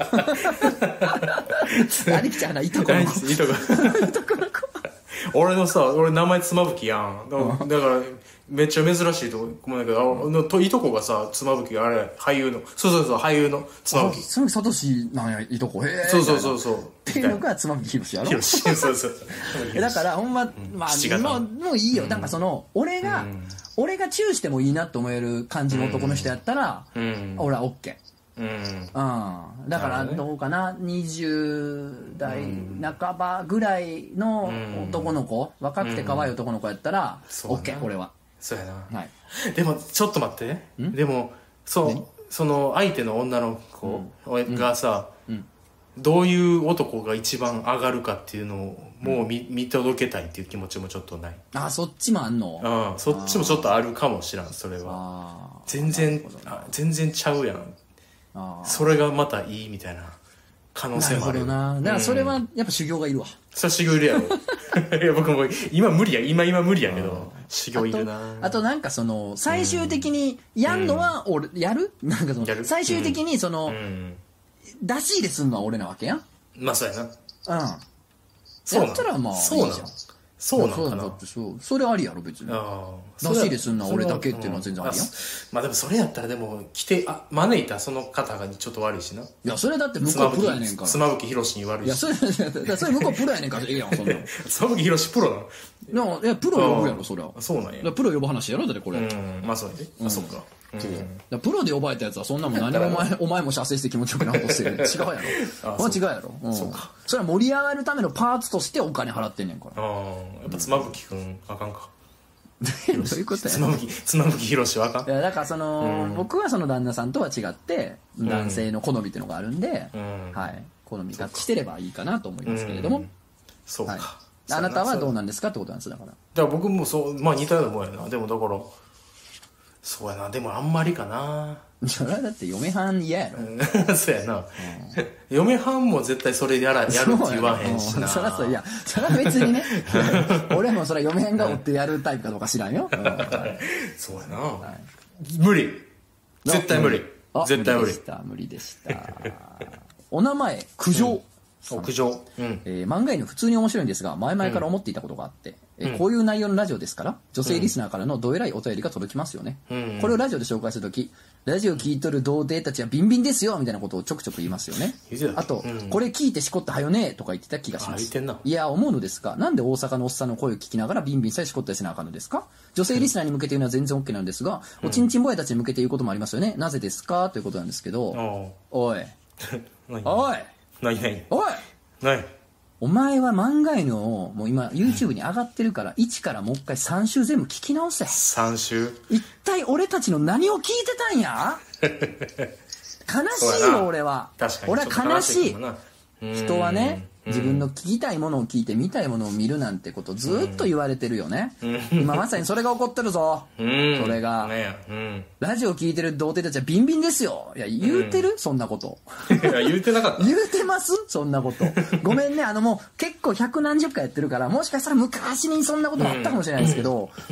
兄貴ちゃうないとこの子。いとこの子。 俺のさ俺名前妻夫木やん。だから、だからめっちゃ珍しいと思うんだけど、あのといとこがさ妻夫木あれ俳優のそうそうそう俳優の妻夫木。 妻夫木聡なんやいとこ。へえ。 そうそうそうそう。 っていうのが妻夫木宏やろ。 宏そうそう。 だからほんままあもうもういいよ。なんかその俺が俺がチューしてもいいなと思える感じの男の人やったら、うん、俺は OK、うんうん、だからどうかな、にじゅう代半ばぐらいの男の子、若くて可愛い男の子やったら OK、俺は。 そうやな、 はい、 でもちょっと待って、でもそうその相手の女の子がさ、うんうん、どういう男が一番上がるかっていうのをもう 見,、うん、見届けたいっていう気持ちもちょっとない。 あそっちもあんの。 うん、そっちもちょっとあるかもしらん。それは全然あ全然ちゃうやん。あそれがまたいいみたいな可能性もある。 なるほどな。だからそれはやっぱ修行がいるわ、うん、 それは修行いるやろ。いや僕も今無理や今今無理やけど修行いるな。 あと、あとなんかその最終的にやんのは俺、うん、やるなんかその最終的にその、うん、出し入れすんのは俺なわけやん。 まあそうやな。 うんそうやったらまあいいじゃん。 そうなのかな。 だってそうそれありやろ別に。出し入れすんのは俺だけっていうのは全然ありやん。 まあでもそれやったらでも来てあ招いたその方がちょっと悪いしな。いやそれだって向こうプロやねんから。 妻夫木宏に悪いし。いやそれそれ向こうプロやねんからええやんそんなの。 妻夫木宏プロなの。いやプロ呼ぶやろそりゃ。 そうなんや。 プロ呼ぶ話やろだってこれ。 うんまあそうやで。あそっか。 そうだプロで呼ばれたやつはそんなもん何もお前お前も射精して気持ちよくなことしてる。違うやろ。お前違うやろ。うん、そうか。それは盛り上がるためのパーツとしてお金払ってんねんから。 ああやっぱ妻夫木くんあかんか。 どういうことや。 妻夫木妻夫木宏はあかん。 いやだからその、うん、僕はその旦那さんとは違って男性の好みっていうのがあるんで、うん、はい好み合致してればいいかなと思いますけれども。うん、 そうか、 はい。あなたはどうなんですかってことなんですだから。だから僕もそうまあ似たようなもんやな。でもだからそうやなでもあんまりかな。 それはだって嫁はん嫌やろ。そうやな、うん、嫁はんも絶対それやらやるって言わへんしな。 そらそういやそれは別にね俺もそれは嫁はんがおってやるタイプかどうか知らんよ。うん、 そうやな、はい、無理絶対無理絶対無理。 無理でした無理でしたお名前苦情、うん屋上、 うんえー、漫画犬普通に面白いんですが前々から思っていたことがあって、うんえー、こういう内容のラジオですから女性リスナーからのどえらいお便りが届きますよね、うん、これをラジオで紹介するときラジオ聞いとる童貞たちはビンビンですよみたいなことをちょくちょく言いますよね。あと、うん、これ聞いてしこったはよねとか言ってた気がします。いや思うのですがなんで大阪のおっさんの声を聞きながらビンビンさえしこったりしなあかんのですか。女性リスナーに向けて言うのは全然 OK なんですが、うん、おちんちんボヤたちに向けて言うこともありますよね。なぜですかということなんですけど、おいおい何何おい何お前は漫画犬をもう今 YouTube に上がってるから一からもう一回さん週全部聞き直せ。 さん週一体俺たちの何を聞いてたんや悲しいよ俺は。 確かに俺は悲しい。人はね自分の聞きたいものを聞いて見たいものを見るなんてことずっと言われてるよね。今まさにそれが起こってるぞ。それが、ねうん、ラジオ聞いてる童貞たちはビンビンですよ。いや言うてる、うん、そんなこといや言うてなかった言うてますそんなことごめんねあのもう結構百何十回やってるからもしかしたら昔にそんなこともあったかもしれないですけど、うんうん、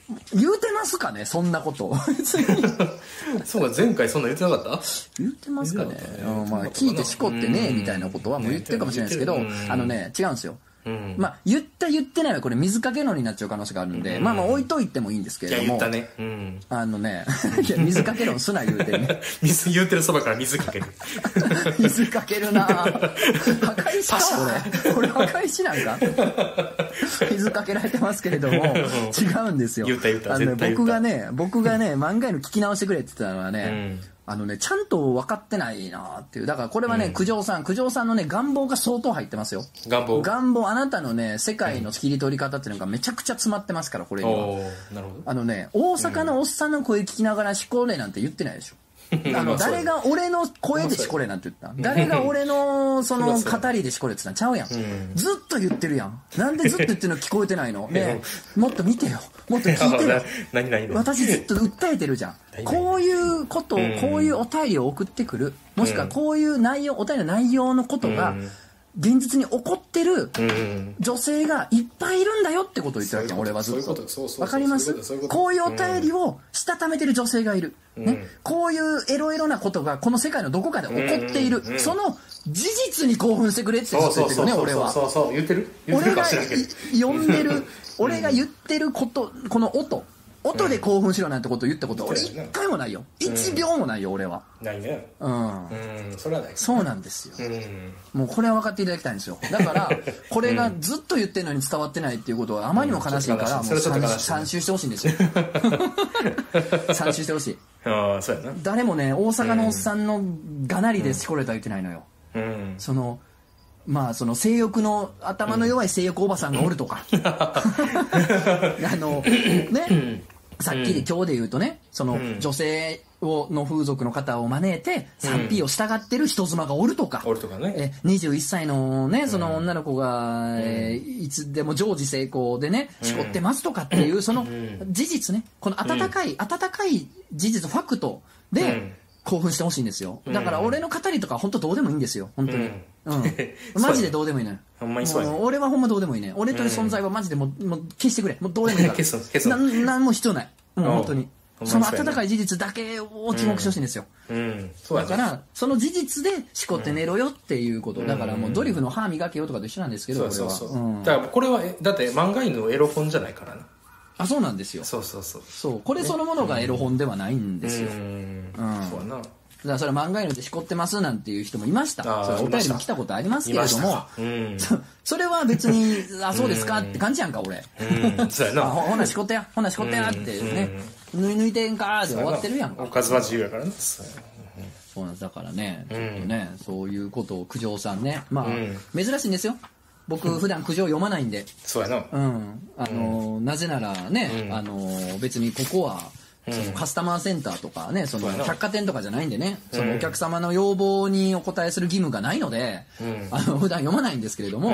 言うてますかねそんなことそうか、前回そんな言ってなかった？ 言ってますかね。うん、まあ聞いてしこってねみたいなことはもう言ってるかもしれないですけど、あのね違うんですよ。うん、まあ言った言ってないはこれ水かけ論になっちゃう可能性があるんで、うん、まあまあ置いといてもいいんですけれども、 いや言ったね、うん、 あのねいや水かけ論すな言うてね水言うてるそばから水かける水かけるな赤石か俺俺赤石なんか水かけられてますけれども違うんですよ。 言った言ったあの、ね、僕がね僕がね漫画の聞き直してくれって言ってたのはね、うんあのね、ちゃんと分かってないなっていう。だからこれはね、うん、九条さん、九条さんのね、願望が相当入ってますよ。 願望願望、あなたのね、世界の切り取り方っていうのがめちゃくちゃ詰まってますから、これには。 なるほど。 あのね、大阪のおっさんの声聞きながら思考例なんて言ってないでしょ。あの誰が俺の声でしこれなんて言った誰が俺のその語りでしこれって言ったんちゃうやん、うん、ずっと言ってるやん。なんでずっと言ってるの聞こえてないのねえもっと見てよもっと聞いてよ何何私ずっと訴えてるじゃんこういうことをこういうお便りを送ってくるもしくはこういう内容お便りの内容のことが現実に起こってる女性がいっぱいいるんだよってことを言ってるわけ俺はずっとわかります。こういうお便りをしたためてる女性がいる、ね、こういうエロエロなことがこの世界のどこかで起こっているその事実に興奮してくれって言ってるよね俺は。 そうそう言ってる言ってるかもしれないけど俺が呼んでる俺が言ってることこの音音で興奮しろなんてことを言ったことは俺一回もないよ一秒もないよ俺はないねうんそれはないそうなんですよもうこれは分かっていただきたいんですよだからこれがずっと言ってるのに伝わってないっていうことはあまりにも悲しいからもう参集してほしいんですよ参集してほしいああそうやな誰もね大阪のおっさんのがなりでしこれた言ってないのよそのまあその性欲の頭の弱い性欲おばさんがおるとかあのねさっきで今日で言うとねその女性をの風俗の方を招いて スリーピー を従ってる人妻がおるとか、 おるとかねえにじゅういっさいのねその女の子が、えいつでも常時成功でねしこってますとかっていうその事実ねこの温かい温かい事実ファクトで興奮してほしいんですよ。だから俺の語りとか本当どうでもいいんですよ本当に、うんうん、マジでどうでもいいのよ。 ほんまにそうやね。 俺はほんまどうでもいいね。俺という存在はマジでもう、もう消してくれ。もうどうでもいいから。 消す消すななんも必要ない。もう本当に。その温かい事実だけを注目してほしいんですよ。 うんうんそうやね、 だからその事実でしこって寝ろよっていうこと、うん、だからもうドリフの歯磨けよとかと一緒なんですけど、これは。 そうそうそう、うん、だからこれはだって漫画犬のエロ本じゃないからな。 あそうなんですよ。 そうそうそう。 そうこれそのものがエロ本ではないんですよ。うん。 うんそうやな。 だからそれ漫画犬でしこってますなんていう人もいました。それお便りも来たことありますけれども、うん、そ, それは別にあそうですかって感じやんか俺。 うん、そうやな。 ほ, ほなしこってやほなしこってやってね、うん、抜いてんかーで終わってるやんか。 おかずは自由やからね。 そうなんですだからね、ちょっとね、うん、そういうことを九条さんねまあ、うん、珍しいんですよ。僕普段九条読まないんで。 そうやな。 うんあの、うん、なぜならね、うん、あの別にここは。そのカスタマーセンターとかねその百貨店とかじゃないんでねそのお客様の要望にお答えする義務がないので、うん、あの普段読まないんですけれども、うん、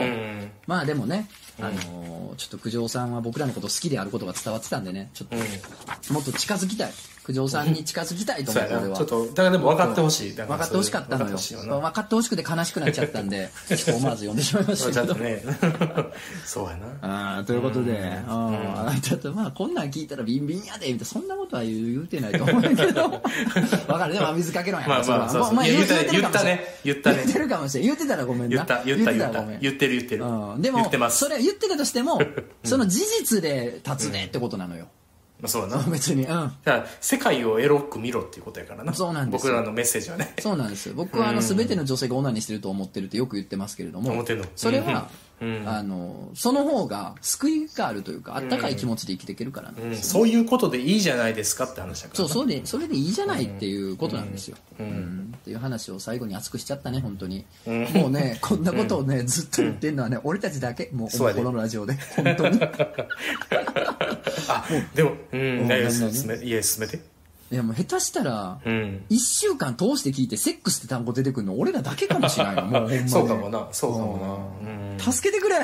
まあでもね、うん、あのちょっと九条さんは僕らのこと好きであることが伝わってたんでねちょっと、うん、もっと近づきたい九条さんに近づきたいと思って俺はちょっとだからでも分かってほしい分かってほしかったのよ分かってほしくて悲しくなっちゃったんでちょっと思わず読んでしまいましたけどねそうやなあということで、うんうん、ちょっとまあこんなん聞いたらビンビンやでみたいなそんなことは言うてないと思うけど分かるでも水かけろんやまあまあそうそう言ったね言ったね言ってるかもしれん言ってたらごめんな言った言った言った言ってる言ってる、 うん、でもそれ言ってたとしてもその事実で立つねってことなのよ。 まあ、そうだな別に、うん、だから世界をエロく見ろっていうことやからな。 そうなんです僕らのメッセージはね。 そうなんです僕はあの全ての女性がオナニーしてると思ってるってよく言ってますけれども思ってんのそれは、うん、あのその方が救いがあるというかあったかい気持ちで生きていけるからなんですよ、ねうん、 そういうことでいいじゃないですかって話だからそうそれでそれでいいじゃないっていうことなんですよ、うんうんうん、っていう話を最後に熱くしちゃったね本当に、うん、もうねこんなことをねずっと言ってるのはね、うん、俺たちだけもうこのラジオで本当にあでもうんいや進めいや進めていやもう下手したらいっしゅうかん通して聞いてセックスって単語出てくるの俺らだけかもしれないのもうほんまにそうかもなそうかもな、 うん、助けてくれ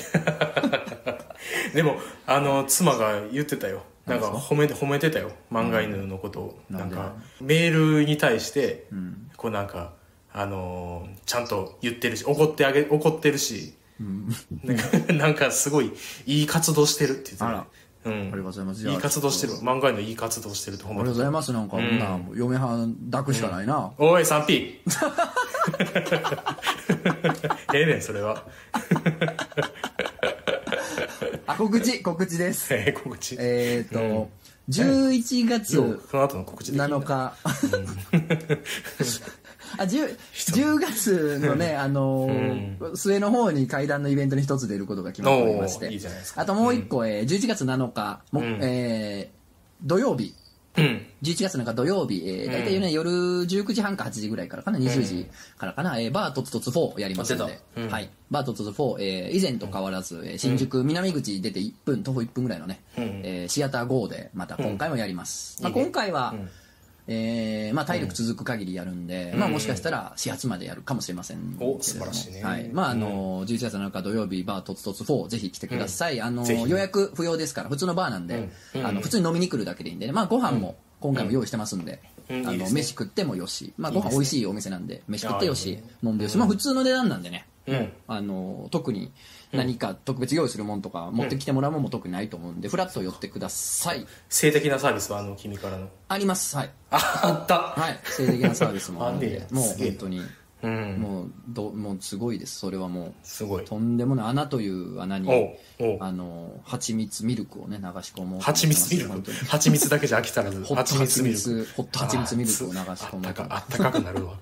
でもあの妻が言ってたよなんか褒めて褒めてたよ漫画犬のことを、うん、なんかメールに対して、うん、こうなんかあのー、ちゃんと言ってるし怒ってあげ怒ってるし、うん、なんかなんかすごいいい活動してるって言ってた、 うん。 ありがとうございます。 いい活動してる。漫画へのいい活動してるとありがとうございます。なんか、うんな、嫁はん抱くしかないな。 おい、さんピー。ええねん、それは。 あ、告知、告知です。 えー、告知。 えっと、じゅういちがつなのか。あ、10, じゅうがつのね、あのー、末の方に階段のイベントに一つ出ることが決まっておりまして、 いいじゃないですか。 あともう一個、えー、じゅういちがつなのか、もえー、土曜日、うん、じゅういちがつなのか土曜日、えー、大体ね、夜じゅうくじはんかはちじぐらいからかな、にじゅうじからかな、えー、バートツトツフォーやりますので、うん、はい、バートツトツフォー、えー、以前と変わらず、えー、新宿南口出ていっぷん、徒歩いっぷんぐらいのね、うん、えー、シアターゴーでまた今回もやります。うん、まあ、今回は、うんえーまあ、体力続く限りやるんで、うんまあ、もしかしたら始発までやるかもしれませんけれども、 お素晴らしいね、 はいまああのじゅういちがつなのか土曜日バートツトツフォーぜひ来てください、うん、あの予約不要ですから普通のバーなんで、うん、あの普通に飲みに来るだけでいいんで、ねまあ、ご飯も今回も用意してますんで、うん、あのいいですね、飯食ってもよし、まあ、ご飯美味しいお店なんで飯食ってよし、ね、飲んでよし、まあ、普通の値段なんでね、うん、あの特に何か特別用意するもんとか持ってきてもらうもんも特にないと思うんでフラッと寄ってください。 性的なサービスはあの君からのあります。はいああったはい性的なサービスもあるんでもう本当に、 うん、 もうどもうすごいです。それはもうすごいとんでもない穴という穴にあの蜂蜜ミルクをね流し込もう蜂蜜ミルク蜂蜜だけじゃ飽きたらず蜂蜜ミルクホット蜂蜜ミルクを流し込もうあったかくなるわ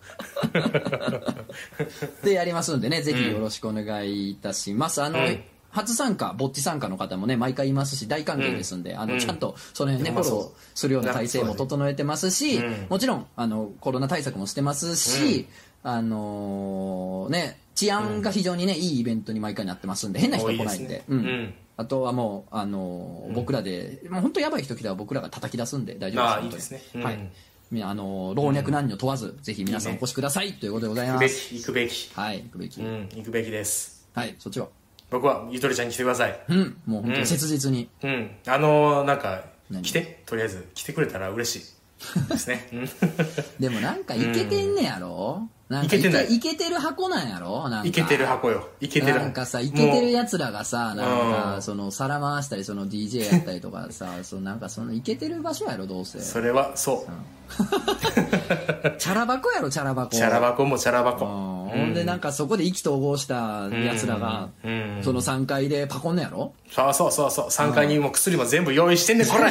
でやりますんでねぜひよろしくお願いいたします。あの、うん初参加、ぼっち参加の方もね、毎回いますし、大歓迎ですんで、うん、あの、ちゃんとその辺ね、フォローするような体制も整えてますし、うん、もちろん、あの、コロナ対策もしてますし、うん、あのー、ね、治安が非常にね、いいイベントに毎回なってますんで、変な人来ないんで、うん。あとはもう、あのー、僕らで、もう本当やばい人来たら僕らが叩き出すんで大丈夫です。 ああ、いいですね。うん、 はい。あの老若男女問わず、ぜひ皆さんお越しください、ということでございます。 行くべき、行くべき。 はい、行くべき。 うん、行くべきです。 はい、そっちは僕はゆとりちゃんに来てください。 うんもう本当に切実に、 うん、うん、あのー、なんか来てとりあえず来てくれたら嬉しいですねでもなんかイケてんねやろ、うん、なんかイケてないイケてる箱なんやろなんかイケてる箱よイケてるなんかさイケてるやつらがさなんかその皿回したりその ディージェー やったりとかさそのなんかそのイケてる場所やろどうせそれはそう、うんチャラ箱やろチャラ箱チャラ箱もチャラ箱、 うん、ほんでなんかそこで意気投合したやつらが、うん、そのさんがいでパコンねやろそうそうそうそうさんがいにも薬も全部用意してんねんこれ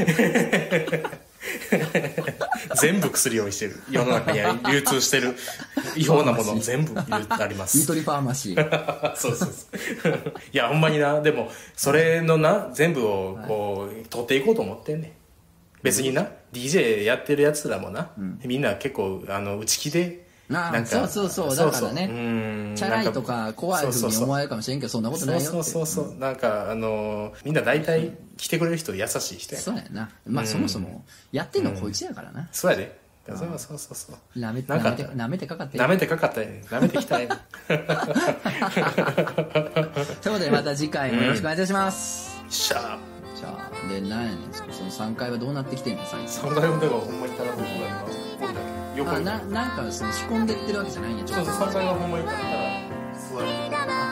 全部薬用意してる世の中に流通してる違法なもの全部ありますゆとりファーマシーそうそうそういやほんまになでもそれのな全部をこう、はい、取っていこうと思ってんねん別にな ディージェー やってるやつらもな、うん、みんな結構あの内気でなんかそうそうそうだからねうんチャラいとか怖いふうに思われるかもしれんけどそんなことないよってそうそうそうそう、うん、なんかあのー、みんな大体来てくれる人優しい人やそうやなまあ、うん、そもそもやってんのこいつやからな、うん、 そうやでそうそうそうそうなめてなめてなめてかかってなめてかかったなめてきたいということでまた次回もよろしくお願いいたします、 うん、しゃーじゃあで何やねんそのさんかいはどうなってきてんの最近さんかいはだからほんまにただ僕が今これだけ横にあななんかその仕込んでってるわけじゃないんやちょっとさんかいはほんまにただただ座る